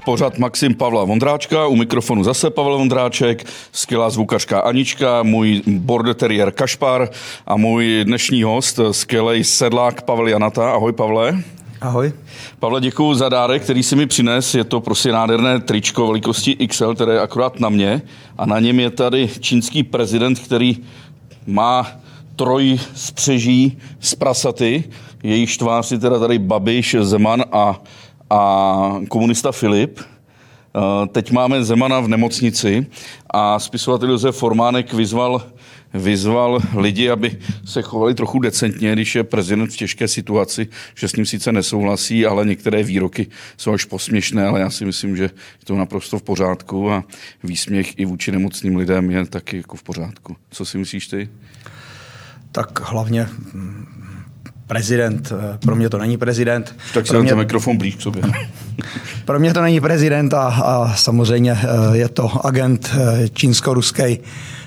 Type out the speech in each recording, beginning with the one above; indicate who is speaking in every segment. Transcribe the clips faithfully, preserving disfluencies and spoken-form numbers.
Speaker 1: pořad Maxim Pavla Vondráčka, u mikrofonu zase Pavel Vondráček, skvělá zvukařka Anička, můj border terrier Kašpar a můj dnešní host, skvělej sedlák Pavel Janata. Ahoj, Pavle.
Speaker 2: Ahoj.
Speaker 1: Pavle, děkuju za dárek, který si mi přines. Je to prostě nádherné tričko velikosti X L, které je akorát na mě. A na něm je tady čínský prezident, který má troj spřeží z prasaty. Jejich tvář je teda tady Babiš, Zeman a, a komunista Filip. Teď máme Zemana v nemocnici a spisovatel Josef Formánek vyzval, vyzval lidi, aby se chovali trochu decentně, když je prezident v těžké situaci, že s ním sice nesouhlasí, ale některé výroky jsou až posměšné, ale já si myslím, že je to naprosto v pořádku a výsměch i vůči nemocným lidem je taky jako v pořádku. Co si myslíš ty?
Speaker 2: Tak hlavně prezident, pro mě to není prezident.
Speaker 1: Tak si dám ten mikrofon blíž k sobě.
Speaker 2: Pro mě to není prezident a, a samozřejmě je to agent čínsko-ruský.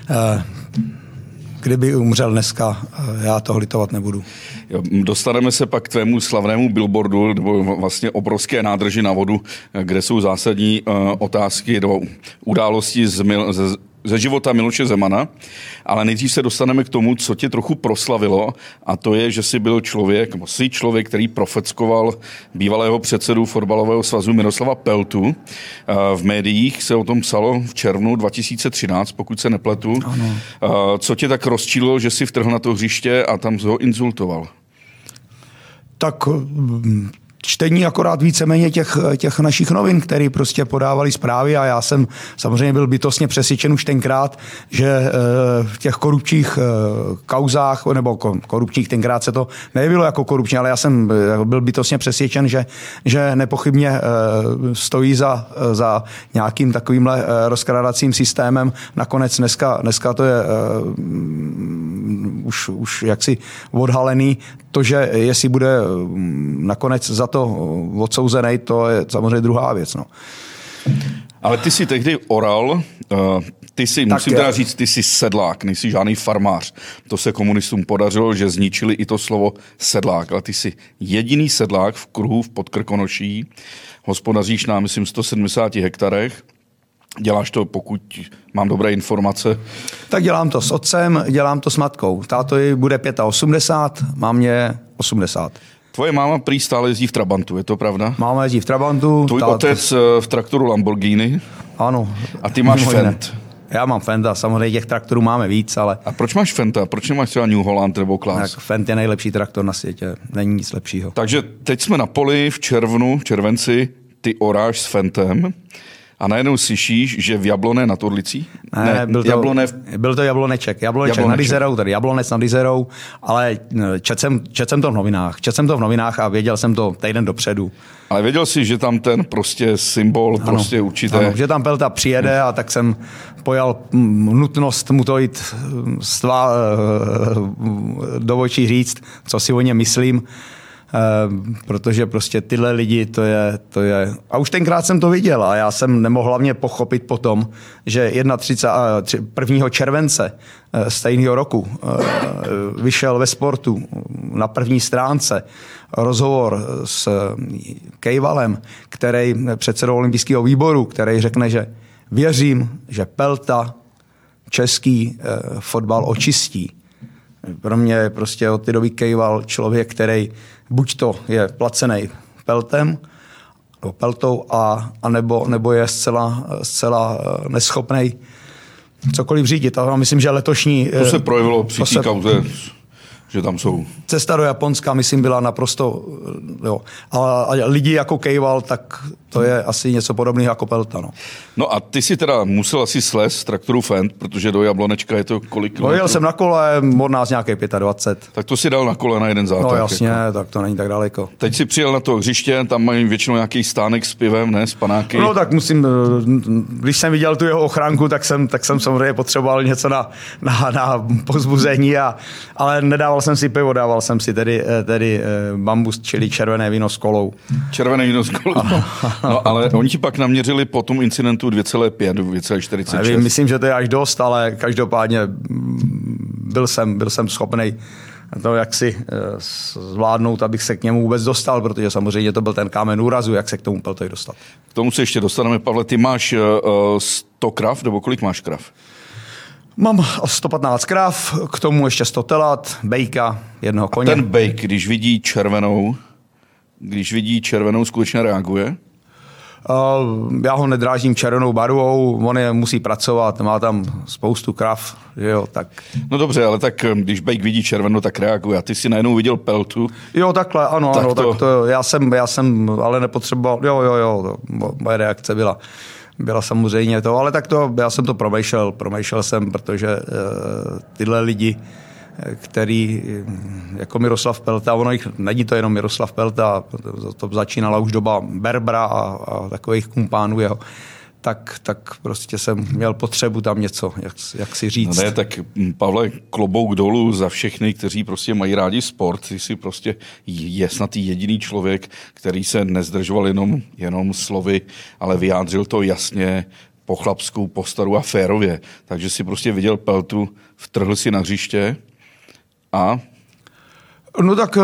Speaker 2: Kdyby umřel dneska, já toho litovat nebudu.
Speaker 1: Dostaneme se pak k tvému slavnému billboardu, nebo vlastně obrovské nádrži na vodu, kde jsou zásadní otázky nebo události z, mil, z, ze života Miloše Zemana, ale nejdřív se dostaneme k tomu, co tě trochu proslavilo, a to je, že jsi byl člověk, nebo jsi člověk, který profeckoval bývalého předsedu fotbalového svazu Miroslava Peltu. V médiích se o tom psalo v červnu dva tisíce třináct, pokud se nepletu. Ano. Co tě tak rozčílilo, že jsi vtrhl na to hřiště a tam ho insultoval?
Speaker 2: Tak čtení akorát víceméně těch, těch našich novin, které prostě podávali zprávy a já jsem samozřejmě byl bytostně přesvědčen už tenkrát, že v těch korupčních kauzách, nebo korupčních, tenkrát se to nejevilo jako korupční, ale já jsem byl bytostně přesvědčen, že, že nepochybně stojí za, za nějakým takovýmhle rozkrádacím systémem. Nakonec dneska, dneska to je um, už, už jaksi odhalený. To, že jestli bude nakonec za to odsouzený, to je samozřejmě druhá věc. No.
Speaker 1: Ale ty jsi tehdy oral, ty si, tak musím je. teda říct, ty jsi sedlák, nejsi žádný farmář. To se komunistům podařilo, že zničili i to slovo sedlák, ale ty jsi jediný sedlák v kruhu v Podkrkonoší, hospodaříš na, myslím, sto sedmdesáti hektarech. Děláš to, pokud mám dobré informace?
Speaker 2: Tak dělám to s otcem, dělám to s matkou. Tátovi bude osmdesát pět, mámě osmdesát.
Speaker 1: Tvoje máma prý stále jezdí v Trabantu, je to pravda?
Speaker 2: Máma jezdí v Trabantu.
Speaker 1: Tvůj
Speaker 2: táto...
Speaker 1: otec v traktoru Lamborghini.
Speaker 2: Ano.
Speaker 1: A ty máš Fend.
Speaker 2: Já mám Fenda, samozřejmě těch traktorů máme víc, ale...
Speaker 1: A proč máš Fenda? Proč nemáš třeba New Holland nebo Claas?
Speaker 2: Tak Fend je nejlepší traktor na světě, není nic lepšího.
Speaker 1: Takže teď jsme na poli v červnu, v červenci, ty oráš s Fendem. A najednou slyšíš, že v Jablonné nad Orlicí?
Speaker 2: Ne, ne byl, to, Jablone v... byl to Jabloneček. Jabloneček, Jabloneček. nad Izerou, tedy Jablonec nad Izerou, ale četl jsem, čet jsem to v novinách. Četl jsem to v novinách a věděl jsem to týden dopředu.
Speaker 1: Ale věděl jsi, že tam ten prostě symbol, ano, prostě určité...
Speaker 2: Ano, že tam Pelta přijede a tak jsem pojal nutnost mu to jít stvá, do očí říct, co si o něm myslím. Uh, protože prostě tyhle lidi, to je, to je... A už tenkrát jsem to viděl a já jsem nemohl hlavně pochopit potom, že prvního července stejného roku uh, vyšel ve Sportu na první stránce rozhovor s Kejvalem, který předsedou olympijského výboru, který řekne, že věřím, že Pelta český uh, fotbal očistí. Pro mě je prostě od té doby Kejval člověk, který buď to je placený Peltem, nebo Peltou, a, a nebo, nebo je zcela, zcela neschopný cokoliv řídit. A myslím, že letošní...
Speaker 1: To se projevilo při té kauze, že tam jsou...
Speaker 2: Cesta do Japonska, myslím, byla naprosto... Jo. A, a lidi jako Kejval, tak to je asi něco podobného jako Pelta. No.
Speaker 1: no a ty si teda musel asi slez z traktoru Fend, protože do Jablonečka je to kolik kilometrů?
Speaker 2: No jel jsem na kole, od nás nějaké dvacet pět.
Speaker 1: Tak to si dal na kole na jeden zátah.
Speaker 2: No jasně,
Speaker 1: jako.
Speaker 2: Tak to není tak daleko.
Speaker 1: Teď si přijel na to hřiště, tam mají většinou nějaký stánek s pivem, ne, s panáky.
Speaker 2: No tak musím, když jsem viděl tu jeho ochránku, tak jsem, tak jsem samozřejmě potřeboval něco na, na, na povzbuzení, a, ale nedával jsem si pivo, dával jsem si tedy, tedy bambus, čili červené víno s kolou.
Speaker 1: Červené víno s kolou. No ale oni ti pak naměřili po tom incidentu dvě celá pět, dvě celá čtyřicet šest.
Speaker 2: Myslím, že to je až dost, ale každopádně byl jsem, byl jsem schopnej to jak si zvládnout, abych se k němu vůbec dostal, protože samozřejmě to byl ten kámen úrazu, jak se k tomu Peltovi dostat.
Speaker 1: K tomu se ještě dostaneme, Pavle, ty máš sto krav, nebo kolik máš krav?
Speaker 2: Mám sto patnáct krav, k tomu ještě sto telat, bejka, jednoho koně.
Speaker 1: A ten bejk, když vidí červenou, když vidí červenou, skutečně reaguje?
Speaker 2: Uh, já ho nedrážím červenou barvou, on je musí pracovat, má tam spoustu krav, jo, tak.
Speaker 1: No dobře, ale tak když bejk vidí červenou, tak reaguje. A ty si najednou viděl Peltu.
Speaker 2: Jo, takhle, ano,
Speaker 1: tak
Speaker 2: ano,
Speaker 1: to...
Speaker 2: tak to, já jsem, já jsem ale nepotřeboval, jo, jo, jo, to, moje reakce byla, byla samozřejmě to, ale tak to, já jsem to promýšlel, promýšlel jsem, protože uh, tyhle lidi, který jako Miroslav Pelta, ono jich není to jenom Miroslav Pelta, to, to začínala už doba Berbra a, a takových kumpánů jeho, tak, tak prostě jsem měl potřebu tam něco, jak, jak si říct.
Speaker 1: No ne, tak Pavle, klobouk dolů za všechny, kteří prostě mají rádi sport. Ty jsi prostě je snad jediný člověk, který se nezdržoval jenom, jenom slovy, ale vyjádřil to jasně, po chlapsku, po staru a férově. Takže si prostě viděl Peltu, vtrhl si na hřiště a...
Speaker 2: No tak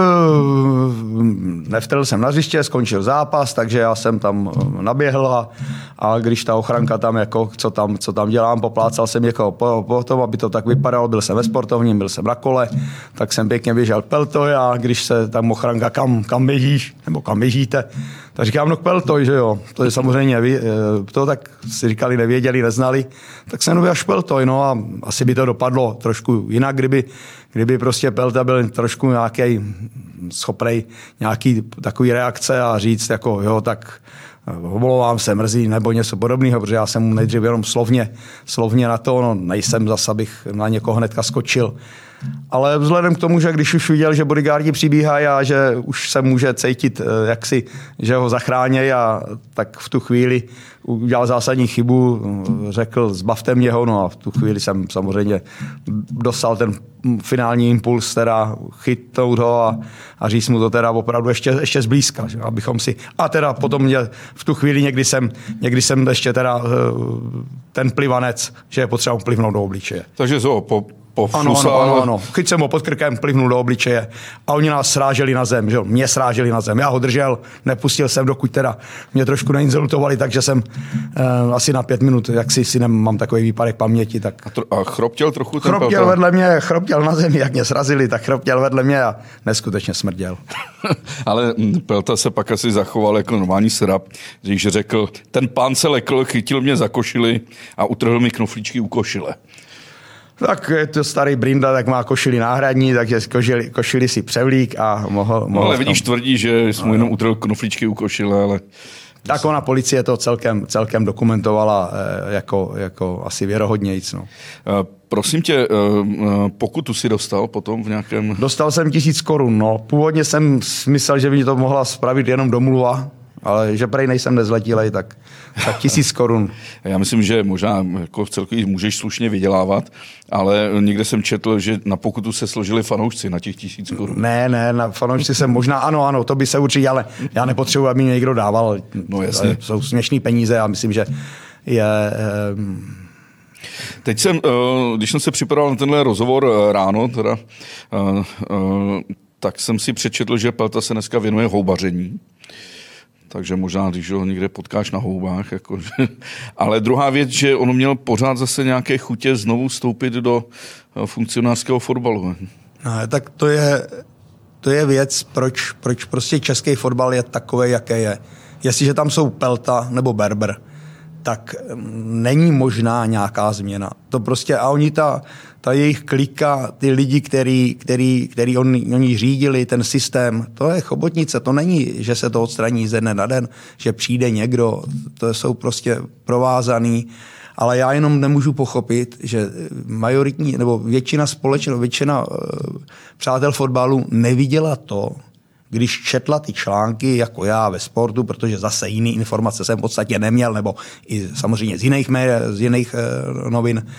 Speaker 2: nevtrhl jsem na hřiště, skončil zápas, takže já jsem tam naběhl a, a když ta ochranka tam, jako, co tam, co tam dělám, poplácal jsem někoho po, po tom, aby to tak vypadalo, byl jsem ve sportovním, byl jsem na kole, tak jsem pěkně běžel k Peltovi a když se tam ochranka, kam, kam běžíš, nebo kam běžíte, tak říkám, no k Peltovi, že jo, to je samozřejmě, to tak si říkali, nevěděli, neznali, tak jsem no až Peltovi, no a asi by to dopadlo trošku jinak, kdyby, kdyby prostě Pelta byl trošku nějaký schopnej nějaký takový reakce a říct jako jo, tak omlouvám se, mrzí nebo něco podobného, protože já jsem mu nejdřív jenom slovně, slovně na to, no nejsem zas, abych na někoho hnedka skočil. Ale vzhledem k tomu, že když už viděl, že bodyguardi přibíhají a že už se může cítit, jaksi, že ho zachrání, a tak v tu chvíli udělal zásadní chybu, řekl, zbavte mě ho, no a v tu chvíli jsem samozřejmě dostal ten finální impuls, teda chytnout ho a, a říct mu to teda opravdu ještě, ještě zblízka, že, abychom si, a teda potom mě v tu chvíli někdy jsem, někdy jsem ještě teda ten plivanec, že je potřeba plivnout do obličeje.
Speaker 1: Takže zo, po
Speaker 2: Ano, ano, ano, ano. Chyť jsem ho pod krkem, plivnul do obličeje a oni nás sráželi na zem, že jo, mě sráželi na zem. Já ho držel, nepustil jsem, dokud teda mě trošku neinzultovali, takže jsem uh, asi na pět minut, jak si, si mám takový výpadek paměti, tak...
Speaker 1: A, tro, a chroptěl trochu ten
Speaker 2: Chroptěl
Speaker 1: Pelta?
Speaker 2: vedle mě, chroptěl na zemi, jak mě srazili, tak chroptěl vedle mě a neskutečně smrděl.
Speaker 1: Ale Pelta se pak asi zachoval jako normální srab, když řekl, ten pán se lekl, chytil mě za košili a utrhl mi knoflíčky u košile.
Speaker 2: Tak je to starý Brinda, tak má košili náhradní, takže košili, košili si převlík a mohl... mohl
Speaker 1: no, ale vidíš, tvrdí, že jsi mu jenom utrhl knoflíčky u košile, ale...
Speaker 2: Tak ona policie to celkem, celkem dokumentovala jako, jako asi věrohodnějc. No.
Speaker 1: Prosím tě, pokutu si dostal potom v nějakém...
Speaker 2: Dostal jsem tisíc korun. No. Původně jsem myslel, že by to mohla spravit jenom domluva, ale že prej nejsem nezletilej, tak, tak tisíc korun.
Speaker 1: Já myslím, že možná jako v celku můžeš slušně vydělávat, ale někde jsem četl, že na pokutu se složili fanoušci na těch tisíc korun.
Speaker 2: Ne, ne, na fanoušci jsem možná, ano, ano, to by se určitě, ale já nepotřebuji, aby mě někdo dával.
Speaker 1: No jasně.
Speaker 2: Jsou směšný peníze a myslím, že je... Um...
Speaker 1: Teď jsem, když jsem se připravoval na tenhle rozhovor ráno, teda, tak jsem si přečetl, že Pelta se dneska věnuje houbaření. Takže možná, když ho někde potkáš na houbách. Jako, ale druhá věc, že on měl pořád zase nějaké chutě znovu vstoupit do funkcionářského fotbalu.
Speaker 2: No, tak to je, to je věc, proč, proč prostě český fotbal je takový, jaký je. Jestliže tam jsou Pelta nebo Berber, tak není možná nějaká změna. To prostě, a oni ta, ta jejich klika, ty lidi, který, který, který oni, oni řídili, ten systém, to je chobotnice, to není, že se to odstraní ze dne na den, že přijde někdo, to jsou prostě provázaný, ale já jenom nemůžu pochopit, že majoritní, nebo většina společnosti, většina uh, přátel fotbalu neviděla to, když četla ty články, jako já ve Sportu, protože zase jiný informace jsem v podstatě neměl, nebo i samozřejmě z jiných, z jiných uh, novin,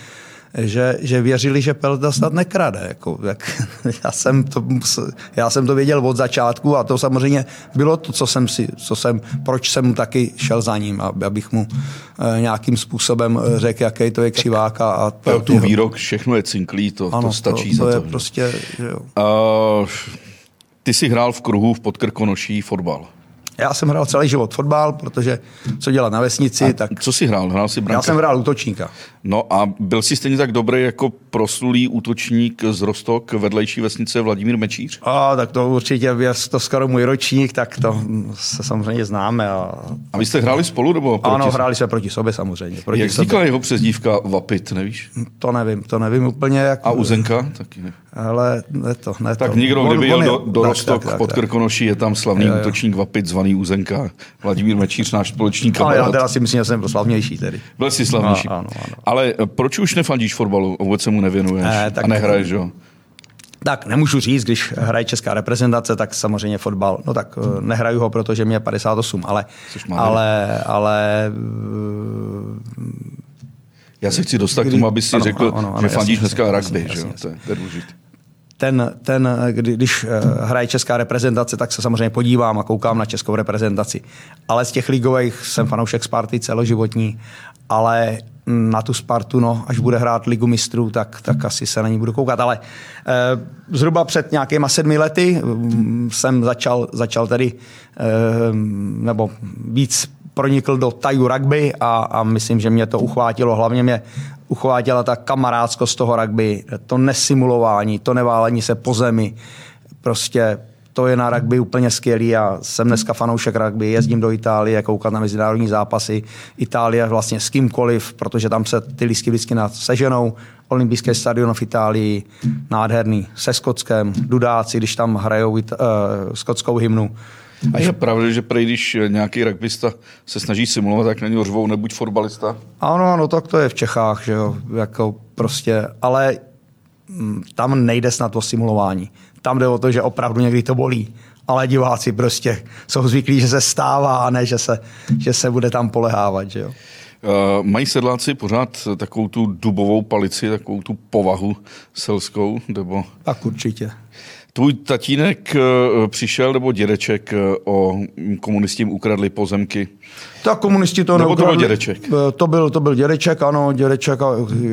Speaker 2: že, že věřili, že Pelta snad nekrade. Jako, jak, já, jsem to, já jsem to věděl od začátku a to samozřejmě bylo to, co jsem si, co jsem, proč jsem taky šel za ním, abych mu nějakým způsobem řekl, jaký to je křivák. A, a
Speaker 1: Peltu výrok, všechno je cinklý, to, ano, to stačí
Speaker 2: to, to
Speaker 1: za
Speaker 2: je
Speaker 1: to.
Speaker 2: Prostě, že jo.
Speaker 1: Uh, ty jsi hrál v kruhu v Podkrkonoší fotbal.
Speaker 2: Já jsem hrál celý život fotbal, protože co dělat na vesnici,
Speaker 1: a
Speaker 2: tak...
Speaker 1: Co jsi hrál? Hrál jsi brankáře?
Speaker 2: Já jsem hrál útočníka.
Speaker 1: No a byl jsi stejně tak dobrý jako proslulý útočník z Rostok vedlejší vesnice Vladimír Mečíř?
Speaker 2: A tak to určitě je to skoro můj ročník, tak to se samozřejmě známe. A,
Speaker 1: a vy jste hráli spolu? Nebo proti
Speaker 2: ano, hráli jsme proti sobě samozřejmě. Proti
Speaker 1: jak vznikla jeho přezdívka Vapit, nevíš?
Speaker 2: To nevím, to nevím úplně. Jak...
Speaker 1: A Uzenka? Taky ne.
Speaker 2: Ale ne to, ne
Speaker 1: tak
Speaker 2: to.
Speaker 1: někdo, kdyby jel do, do
Speaker 2: tak,
Speaker 1: Rostok
Speaker 2: tak, tak,
Speaker 1: pod Krkonoší, je tam slavný jo, jo. útočník Vapit, zvaný Uzenka. Vladimír Mečíř, náš společník kamarád.
Speaker 2: Ale já teda si myslím, že jsem byl slavnější tedy.
Speaker 1: Byl jsi slavnější.
Speaker 2: No, ano, ano.
Speaker 1: Ale proč už nefandíš fotbalu? Vůbec se mu nevěnuješ ne, tak, a nehraješ, jo?
Speaker 2: Tak nemůžu říct, když hraje česká reprezentace, tak samozřejmě fotbal. No tak nehraju ho, protože mě je padesát osm, ale... ale, ale
Speaker 1: já se chci dostat k tomu, aby si ano, řekl, ano, ano, že jasný, fandíš dneska jasný, rugby, jasný, že jo? To je, to je důležité.
Speaker 2: Ten, ten, když hraje česká reprezentace, tak se samozřejmě podívám a koukám na českou reprezentaci. Ale z těch ligových jsem fanoušek Sparty celoživotní, ale na tu Spartu, no, až bude hrát Ligu mistrů, tak, tak asi se na ní budu koukat. Ale eh, zhruba před nějakýma sedmi lety jsem začal, začal tedy, eh, nebo víc pronikl do taju rugby a, a myslím, že mě to uchvátilo. Hlavně mě uchvátila ta kamarádskost toho rugby, to nesimulování, to neválení se po zemi. Prostě to je na rugby úplně skvělý. Já jsem dneska fanoušek rugby, jezdím do Itálie, koukat na mezinárodní zápasy. Itálie vlastně s kýmkoliv, protože tam se ty lístky vždycky seženou. Olympijské stadion v Itálii, nádherný, se Skotskem, Dudáci, když tam hrajou uh, skotskou hymnu.
Speaker 1: A je pravda, že prej, když nějaký rugbysta se snaží simulovat, tak na něj řvou, nebuď fotbalista?
Speaker 2: Ano, ano, tak to je v Čechách, že jo, jako prostě, ale m, tam nejde snad o simulování. Tam jde o to, že opravdu někdy to bolí, ale diváci prostě jsou zvyklí, že se stává a ne, že se, že se bude tam polehávat, že jo.
Speaker 1: Uh, mají sedláci pořád takovou tu dubovou palici, takovou tu povahu selskou, nebo...
Speaker 2: Tak určitě.
Speaker 1: Tvůj tatínek přišel, nebo dědeček, o komunistím ukradli pozemky?
Speaker 2: Tak komunisti to
Speaker 1: nebo
Speaker 2: neukradli.
Speaker 1: to byl dědeček?
Speaker 2: To byl, to byl dědeček, ano, dědeček a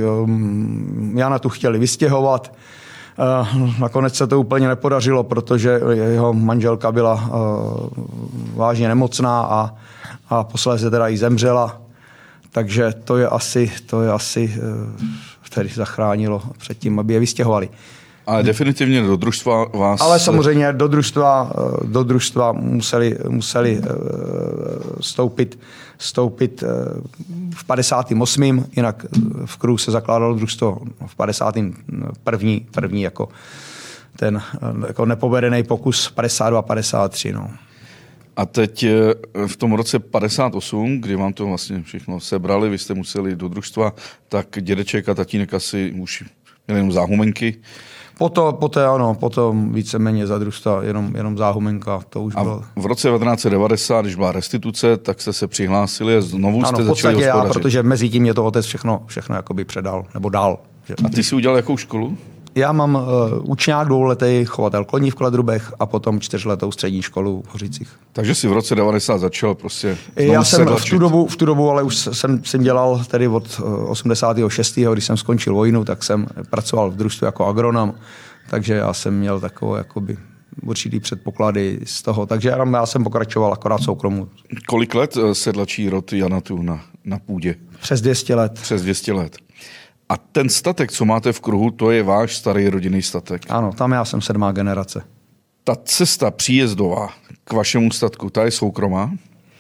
Speaker 2: Jana tu chtěli vystěhovat. Nakonec se to úplně nepodařilo, protože jeho manželka byla vážně nemocná a, a posléze teda i zemřela. Takže to je asi, to je asi který zachránilo před tím, aby je vystěhovali.
Speaker 1: Ale definitivně do družstva vás...
Speaker 2: Ale samozřejmě do družstva, do družstva museli, museli stoupit, stoupit v padesátém osmém Jinak v Kruhu se zakládalo družstvo v padesátém prvním první jako ten jako nepovedený pokus padesát dva padesát tři. No.
Speaker 1: A teď v tom roce padesát osm, kdy vám to vlastně všechno sebrali, vy jste museli do družstva, tak dědeček a tatínek asi už měli jenom záhumenky.
Speaker 2: Potom, poté ano, potom víceméně za družstva, jenom, jenom záhumenka, to už
Speaker 1: a
Speaker 2: bylo.
Speaker 1: V roce devatenáct set devadesát, když byla restituce, tak jste se přihlásili a znovu
Speaker 2: ano,
Speaker 1: jste začali hospodařit.
Speaker 2: Ano, v podstatě já, protože mezi tím mě to otec všechno, všechno jakoby předal, nebo dal. Že?
Speaker 1: A ty jsi udělal jakou školu?
Speaker 2: Já mám uh, učňák dvouletý, chovatel koní v Kladrubech a potom čtyřletou střední školu v Hořicích.
Speaker 1: Takže si v roce devadesát začal prostě
Speaker 2: Já jsem v tu, dobu, v tu dobu, ale už jsem, jsem dělal tedy od osmdesátého šestého když jsem skončil vojnu, tak jsem pracoval v družstvu jako agronom, takže já jsem měl takové jakoby určitý předpoklady z toho, takže já, já jsem pokračoval akorát soukromu.
Speaker 1: Kolik let sedlačí rod Janatů na, na půdě?
Speaker 2: Přes dvě stě let.
Speaker 1: Přes dvě stě let. A ten statek, co máte v Kruhu, to je váš starý rodinný statek?
Speaker 2: Ano, tam já jsem sedmá generace.
Speaker 1: Ta cesta příjezdová k vašemu statku, ta je soukromá?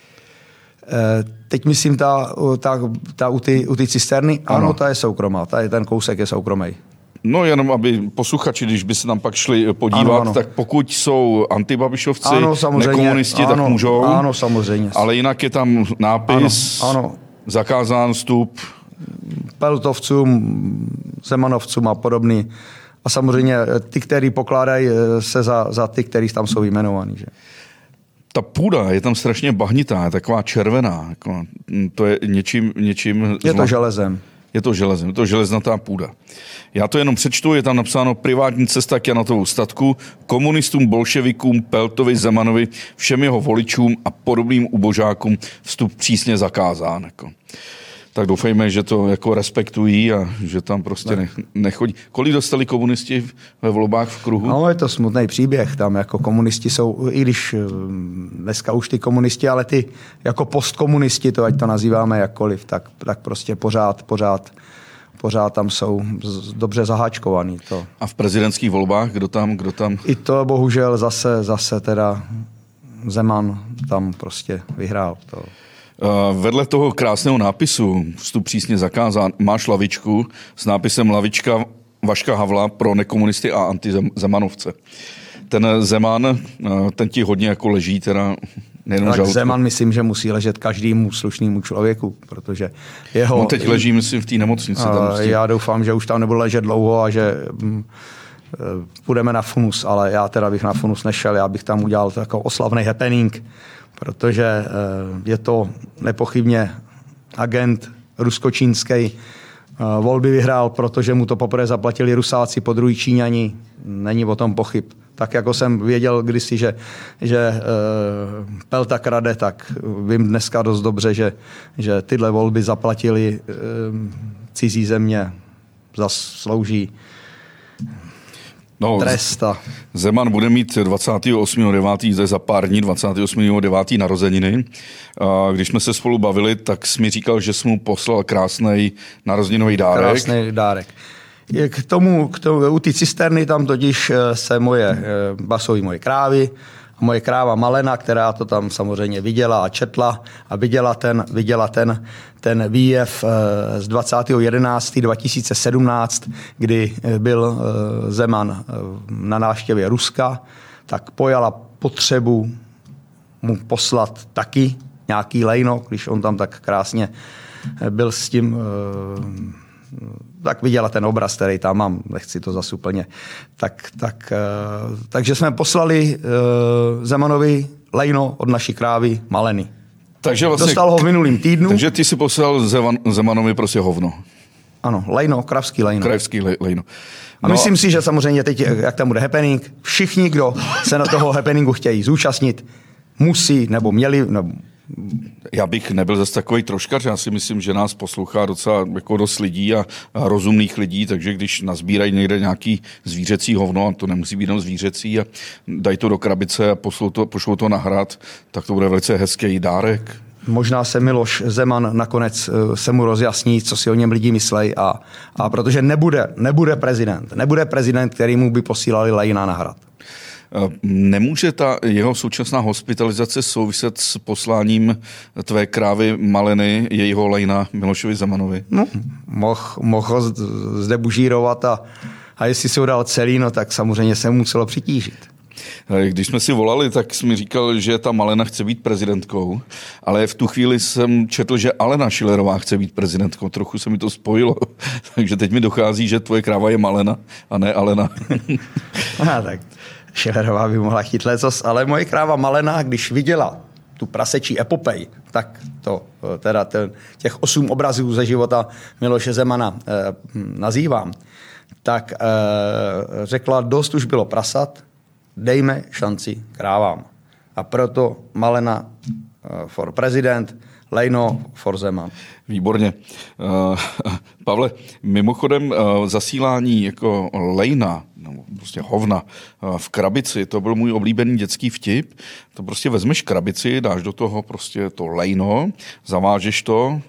Speaker 2: E, teď myslím ta, ta, ta u, ty, u ty cisterny, ano. ano, ta je soukromá, ta je, ten kousek je soukromý.
Speaker 1: No jenom, aby posluchači, když by se tam pak šli podívat, ano, ano. tak pokud jsou antibabišovci, ano, nekomunisti, ano, tak můžou.
Speaker 2: Ano, samozřejmě.
Speaker 1: Ale jinak je tam nápis,
Speaker 2: ano, ano.
Speaker 1: zakázán vstup.
Speaker 2: Peltovcům, Zemanovcům a podobný. A samozřejmě ty, kteří pokládají se za, za ty, kteří tam jsou jmenovaní. Že?
Speaker 1: Ta půda je tam strašně bahnitá, je taková červená. Jako, to je něčím... něčím
Speaker 2: je to železem.
Speaker 1: Je to železem, je to železnatá půda. Já to jenom přečtu, je tam napsáno privátní cesta k Janatovu statku, komunistům, bolševikům, Peltovi, Zemanovi, všem jeho voličům a podobným ubožákům vstup přísně zakázán. Jako. Tak doufejme, že to jako respektují a že tam prostě ne, nechodí. Kolik dostali komunisti ve volbách v kruhu?
Speaker 2: No, je to smutný příběh. Tam jako komunisti jsou, i když dneska už ty komunisti, ale ty jako postkomunisti, to ať to nazýváme jakkoliv, tak, tak prostě pořád, pořád, pořád tam jsou dobře zaháčkovaný. To.
Speaker 1: A v prezidentských volbách, kdo tam, kdo tam?
Speaker 2: I to bohužel zase, zase teda Zeman tam prostě vyhrál. To.
Speaker 1: Vedle toho krásného nápisu vstup přísně zakázán máš lavičku s nápisem lavička Vaška Havla pro nekomunisty a antizemanovce. Ten Zeman, ten ti hodně jako leží, teda nejenom žaludku.
Speaker 2: Zeman myslím, že musí ležet každému slušnému člověku, protože jeho...
Speaker 1: On teď leží, myslím, v té nemocnici. Tam
Speaker 2: já doufám, že už tam nebude ležet dlouho a že půjdeme na funus, ale já teda bych na funus nešel, já bych tam udělal takový oslavný happening, protože je to nepochybně agent rusko-čínský. Volby vyhrál, protože mu to poprvé zaplatili Rusáci, po druhý Číňani. Není o tom pochyb. Tak jako jsem věděl kdysi, že, že Pelta krade, tak vím dneska dost dobře, že, že tyhle volby zaplatili cizí země. Zaslouží
Speaker 1: No,
Speaker 2: tresta.
Speaker 1: Zeman bude mít dvacátého osmého devátého to je za pár dní, dvacátého osmého devátého narozeniny. A když jsme se spolu bavili, tak jsi mi říkal, že jsi mu poslal krásný narozeninový dárek.
Speaker 2: Krásný dárek. K tomu, k tomu, u té cisterny tam totiž se moje, basují moje krávy, a moje kráva Malena, která to tam samozřejmě viděla a četla a viděla ten, viděla ten, ten výjev z dvacátého jedenáctého dva tisíce sedmnáct, kdy byl Zeman na návštěvě Ruska, tak pojala potřebu mu poslat taky nějaký lejno, když on tam tak krásně byl s tím, tak viděla ten obraz, který tam mám, nechci to zas úplně. Tak, tak, takže jsme poslali Zemanovi lejno od naší krávy Maleny.
Speaker 1: Takže vlastně,
Speaker 2: dostal ho v minulým týdnu.
Speaker 1: Takže ty si poslal Zeman, Zemanovi prostě hovno.
Speaker 2: Ano, lejno, kravský lejno.
Speaker 1: Kravský lejno.
Speaker 2: No. A myslím si, že samozřejmě teď, jak tam bude happening, všichni, kdo se na toho happeningu chtějí zúčastnit, musí nebo měli... Nebo
Speaker 1: já bych nebyl zase takový troškař, já si myslím, že nás poslouchá docela jako dost lidí a, a rozumných lidí, takže když nazbírají někde nějaký zvířecí hovno, a to nemusí být jenom zvířecí, a dají to do krabice a pošlou to, pošlou to na hrad, tak to bude velice hezký dárek.
Speaker 2: Možná se Miloš Zeman nakonec se mu rozjasní, co si o něm lidi myslejí, a, a protože nebude, nebude prezident, nebude prezident, který mu by posílali lejna na hrad.
Speaker 1: Nemůže ta jeho současná hospitalizace souviset s posláním tvé krávy Maleny, jejího lejna Milošovi Zemanovi?
Speaker 2: No, mohl moh ho zde bužírovat a, a jestli si ho dal celý, no tak samozřejmě se mu muselo přitížit.
Speaker 1: Když jsme si volali, tak jsi mi říkal, že ta Malena chce být prezidentkou, ale v tu chvíli jsem četl, že Alena Schillerová chce být prezidentkou. Trochu se mi to spojilo, takže teď mi dochází, že tvoje kráva je Malena a ne Alena.
Speaker 2: Aha, tak Schillerová by mohla chtít lecos, ale moje kráva Malena, když viděla tu prasečí epopej, tak to teda ten, těch osm obrazů ze života Miloše Zemana eh, nazývám, tak eh, řekla, dost už bylo prasat, dejme šanci krávám. A proto Malena uh, for prezident, lejno for Zeman.
Speaker 1: Výborně. Uh, Pavle, mimochodem uh, zasílání jako lejna, no, prostě hovna uh, v krabici, to byl můj oblíbený dětský vtip. To prostě vezmeš krabici, dáš do toho prostě to lejno, zavážeš to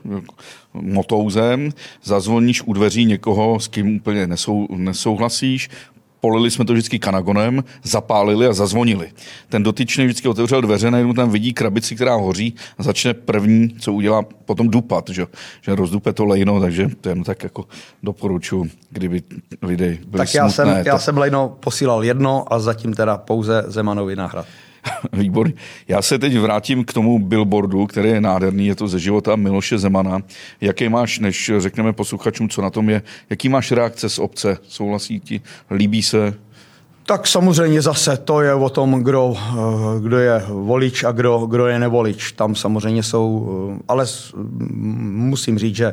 Speaker 1: motouzem, zazvoníš u dveří někoho, s kým úplně nesou, nesouhlasíš, polili jsme to vždycky kanagonem, zapálili a zazvonili. Ten dotyčný vždycky otevřel dveře, najednou tam vidí krabici, která hoří, a začne první, co udělá, potom dupat, že, že rozdupe to lejno, takže to jen tak jako doporučuji, kdyby lidé byli
Speaker 2: tak já
Speaker 1: smutné.
Speaker 2: Jsem, já jsem lejno posílal jedno a zatím teda pouze Zemanovi na hrad.
Speaker 1: Výborně. Já se teď vrátím k tomu billboardu, který je nádherný, je to ze života Miloše Zemana. Jaký máš, než řekneme posluchačům, co na tom je, jaký máš reakce z obce? Souhlasí ti? Líbí se?
Speaker 2: Tak samozřejmě zase to je o tom, kdo, kdo je volič a kdo, kdo je nevolič. Tam samozřejmě jsou, ale musím říct, že,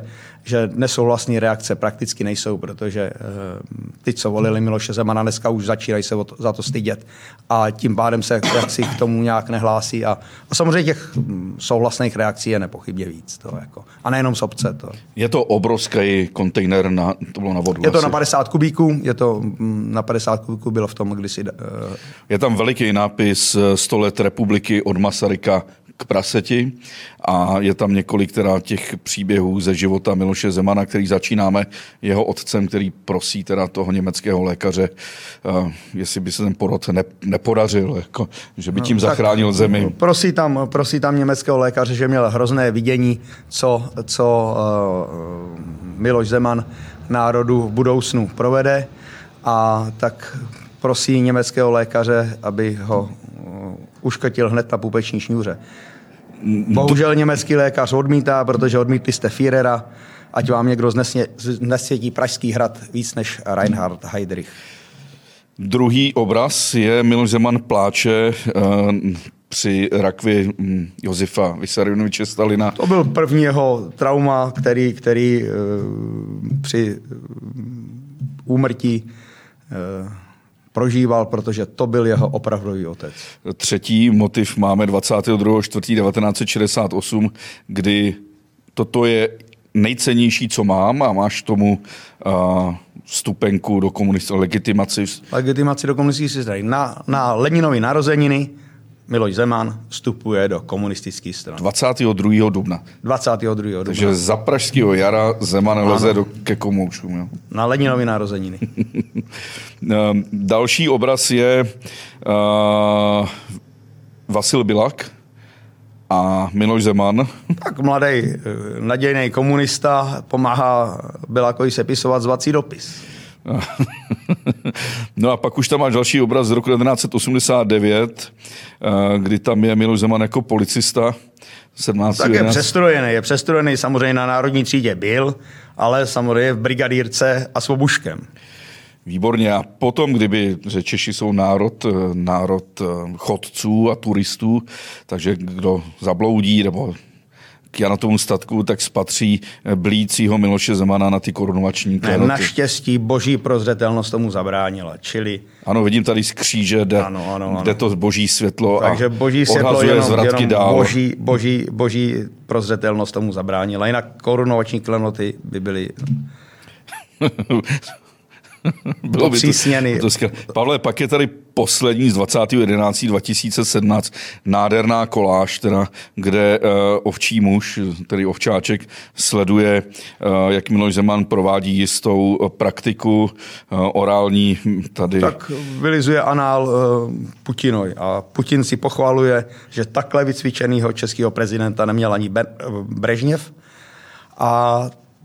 Speaker 2: že nesouhlasné reakce prakticky nejsou, protože ty, co volili Miloše Zemana, dneska už začínají se za to stydět a tím pádem se jaksi k tomu nějak nehlásí. A, a samozřejmě těch souhlasných reakcí je nepochybně víc. To jako, a nejenom z obce. To.
Speaker 1: Je to obrovský kontejner, na, to bylo na vodu.
Speaker 2: Je to
Speaker 1: asi.
Speaker 2: na padesát kubíků, je to na padesát kubíků bylo v tom kdysi. Uh...
Speaker 1: Je tam veliký nápis sto let republiky od Masaryka k praseti a je tam několik teda těch příběhů ze života Miloše Zemana, který začínáme jeho otcem, který prosí teda toho německého lékaře, uh, jestli by se ten porod ne, nepodařil, jako, že by tím no, zachránil zemi.
Speaker 2: Prosí tam, prosí tam německého lékaře, že měl hrozné vidění, co, co uh, Miloš Zeman národu v budoucnu provede, a tak prosí německého lékaře, aby ho uškrtil hned na pupeční šňůře. Bohužel německý lékař odmítá, protože odmítli jste Führera, ať vám někdo znesvětí Pražský hrad víc než Reinhard Heydrich.
Speaker 1: Druhý obraz je Miloš Zeman pláče uh, při rakvi um, Josefa Vissarionoviče Stalina.
Speaker 2: To byl první jeho trauma, který, který uh, při uh, úmrtí uh, prožíval, protože to byl jeho opravdový otec.
Speaker 1: Třetí motiv máme dvacátého druhého čtvrtého devatenáct set šedesát osm, kdy toto je nejcennější, co mám, a máš tomu uh, vstupenku do komunistické legitimaci.
Speaker 2: Legitimaci do komunistické strany. Na, na Leninovy narozeniny Miloš Zeman vstupuje do komunistické strany.
Speaker 1: dvacátého druhého dubna.
Speaker 2: dvacátého druhého dubna.
Speaker 1: Takže za pražského jara Zeman leze do, ke komoušům. Jo.
Speaker 2: Na Leninovy narozeniny.
Speaker 1: Další obraz je uh, Vasil Bilak a Miloš Zeman.
Speaker 2: Tak mladý, nadějný komunista pomáhá Bilakovi sepisovat zvací dopis.
Speaker 1: No a pak už tam máš další obraz z roku devatenáct set osmdesát devět, kdy tam je Miloš Zeman jako policista. sedmnáct
Speaker 2: Tak je přestrojený, je přestrojený, samozřejmě na národní třídě byl, ale samozřejmě v brigadírce a s obuškem.
Speaker 1: Výborně. A potom, kdyby, že Češi jsou národ, národ chodců a turistů, takže kdo zabloudí nebo na tomu statku, tak spatří blíjícího Miloše Zemana na ty korunovační klenoty.
Speaker 2: Naštěstí boží prozřetelnost tomu zabránila, čili...
Speaker 1: Ano, vidím tady z kříže, jde,
Speaker 2: ano, ano, ano.
Speaker 1: jde to boží světlo.
Speaker 2: Takže boží světlo jenom, jenom boží, boží, boží prozřetelnost tomu zabránila. Jinak korunovační klenoty by byly...
Speaker 1: Bylo by to, to Pavle, pak je tady poslední z dvacátého jedenáctého dva tisíce sedmnáct nádherná koláž, teda, kde uh, ovčí muž, tedy ovčáček, sleduje, uh, jak Miloš Zeman provádí jistou praktiku uh, orální tady.
Speaker 2: Tak vylizuje anál uh, Putinoj a Putin si pochvaluje, že takhle vycvičenýho českého prezidenta neměl ani Ben, uh, Brežněv a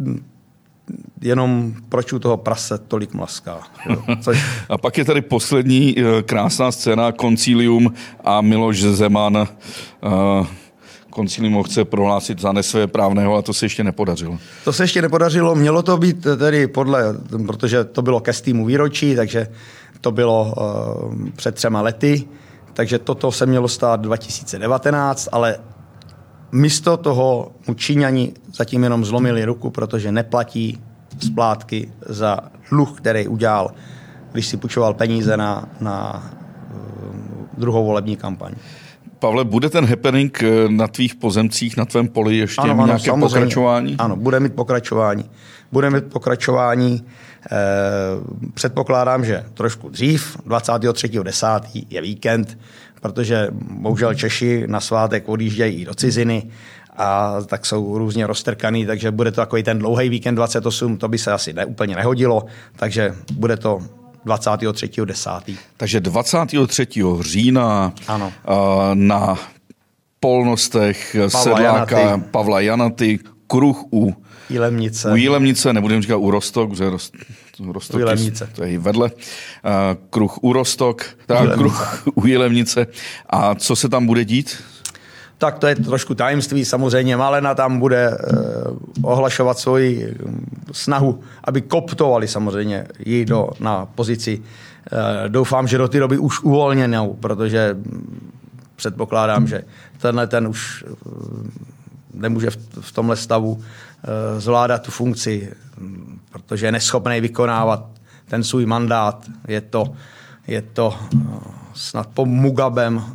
Speaker 2: jenom proč u toho prase tolik mlaská. Což...
Speaker 1: A pak je tady poslední krásná scéna, koncílium a Miloš Zeman uh, koncílium ho chce prohlásit za nesvéprávného a to se ještě nepodařilo.
Speaker 2: To se ještě nepodařilo, mělo to být tedy podle, protože to bylo ke stýmu výročí, takže to bylo uh, před třema lety, takže toto se mělo stát dva tisíce devatenáct, ale místo toho mu Číňani zatím jenom zlomili ruku, protože neplatí splátky za dluh, který udělal, když si půjčoval peníze na, na uh, druhou volební kampaň.
Speaker 1: Pavle, bude ten happening na tvých pozemcích, na tvém poli ještě
Speaker 2: ano, ano,
Speaker 1: nějaké pokračování?
Speaker 2: Ano, bude mít pokračování. Bude mít pokračování. Eh, předpokládám, že trošku dřív, dvacátého třetího desátého je víkend, protože bohužel Češi na svátek odjíždějí i do ciziny a tak jsou různě roztrkaný, takže bude to takový ten dlouhý víkend dvacet osm, to by se asi ne, úplně nehodilo, takže bude to dvacátého třetího desátého
Speaker 1: Takže dvacátého třetího října
Speaker 2: ano.
Speaker 1: na polnostech
Speaker 2: Pavla
Speaker 1: sedláka
Speaker 2: Janaty.
Speaker 1: Pavla Janaty, kruh u
Speaker 2: Jílemnice.
Speaker 1: U Jílemnice, nebudeme říkat u Rostok, že Rost, Rostok je, to je vedle. Kruh u Rostok, teda kruh u Jílemnice. A co se tam bude dít?
Speaker 2: Tak to je trošku tajemství. Samozřejmě Malena tam bude eh, ohlašovat svoji snahu, aby koptovali samozřejmě ji do, na pozici. Eh, doufám, že do té doby už uvolněnou, protože předpokládám, že tenhle ten už nemůže v, v tomhle stavu uh, zvládat tu funkci, protože je neschopný vykonávat ten svůj mandát. Je to, je to uh, snad po Mugabem uh,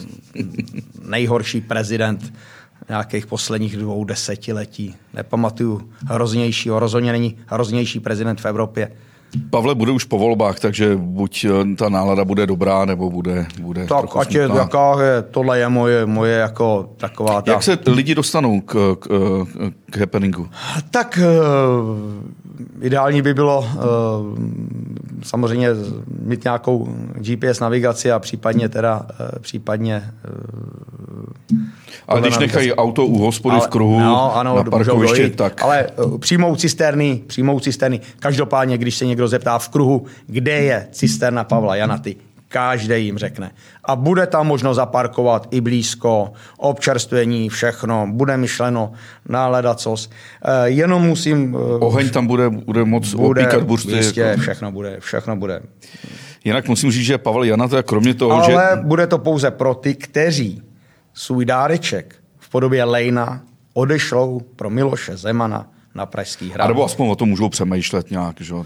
Speaker 2: nejhorší prezident nějakých posledních dvou desetiletí. Nepamatuju hroznějšího, rozhodně není hroznější prezident v Evropě.
Speaker 1: Pavle, bude už po volbách, takže buď ta nálada bude dobrá, nebo bude, bude
Speaker 2: tak,
Speaker 1: trochu
Speaker 2: ať je, jaká je, tohle je moje, moje jako taková... Ta...
Speaker 1: Jak se lidi dostanou k, k, k happeningu?
Speaker 2: Tak uh, ideální by bylo uh, samozřejmě mít nějakou G P S navigaci a případně teda uh, případně... Uh,
Speaker 1: ale když nechají auto u hospody ale, v kruhu
Speaker 2: no, ano,
Speaker 1: na parkoviště, tak...
Speaker 2: Ale uh, přijmou cisterny, přijmou cisterny. Každopádně, když se někdo zeptá v kruhu, kde je cisterna Pavla Janaty, každý jim řekne. A bude tam možno zaparkovat i blízko, občerstvení, všechno, bude myšleno na ledacos. E, jenom musím...
Speaker 1: Oheň tam bude, bude moc
Speaker 2: bude,
Speaker 1: opíkat bursty.
Speaker 2: Jistě,
Speaker 1: jako...
Speaker 2: všechno bude, všechno bude.
Speaker 1: Jinak musím říct, že Pavel Janata, kromě toho,
Speaker 2: ale
Speaker 1: že...
Speaker 2: Ale bude to pouze pro ty, kteří svůj dáreček v podobě lejna odešlou pro Miloše Zemana na Pražský hrad.
Speaker 1: A nebo aspoň o tom můžou přemýšlet nějak, že?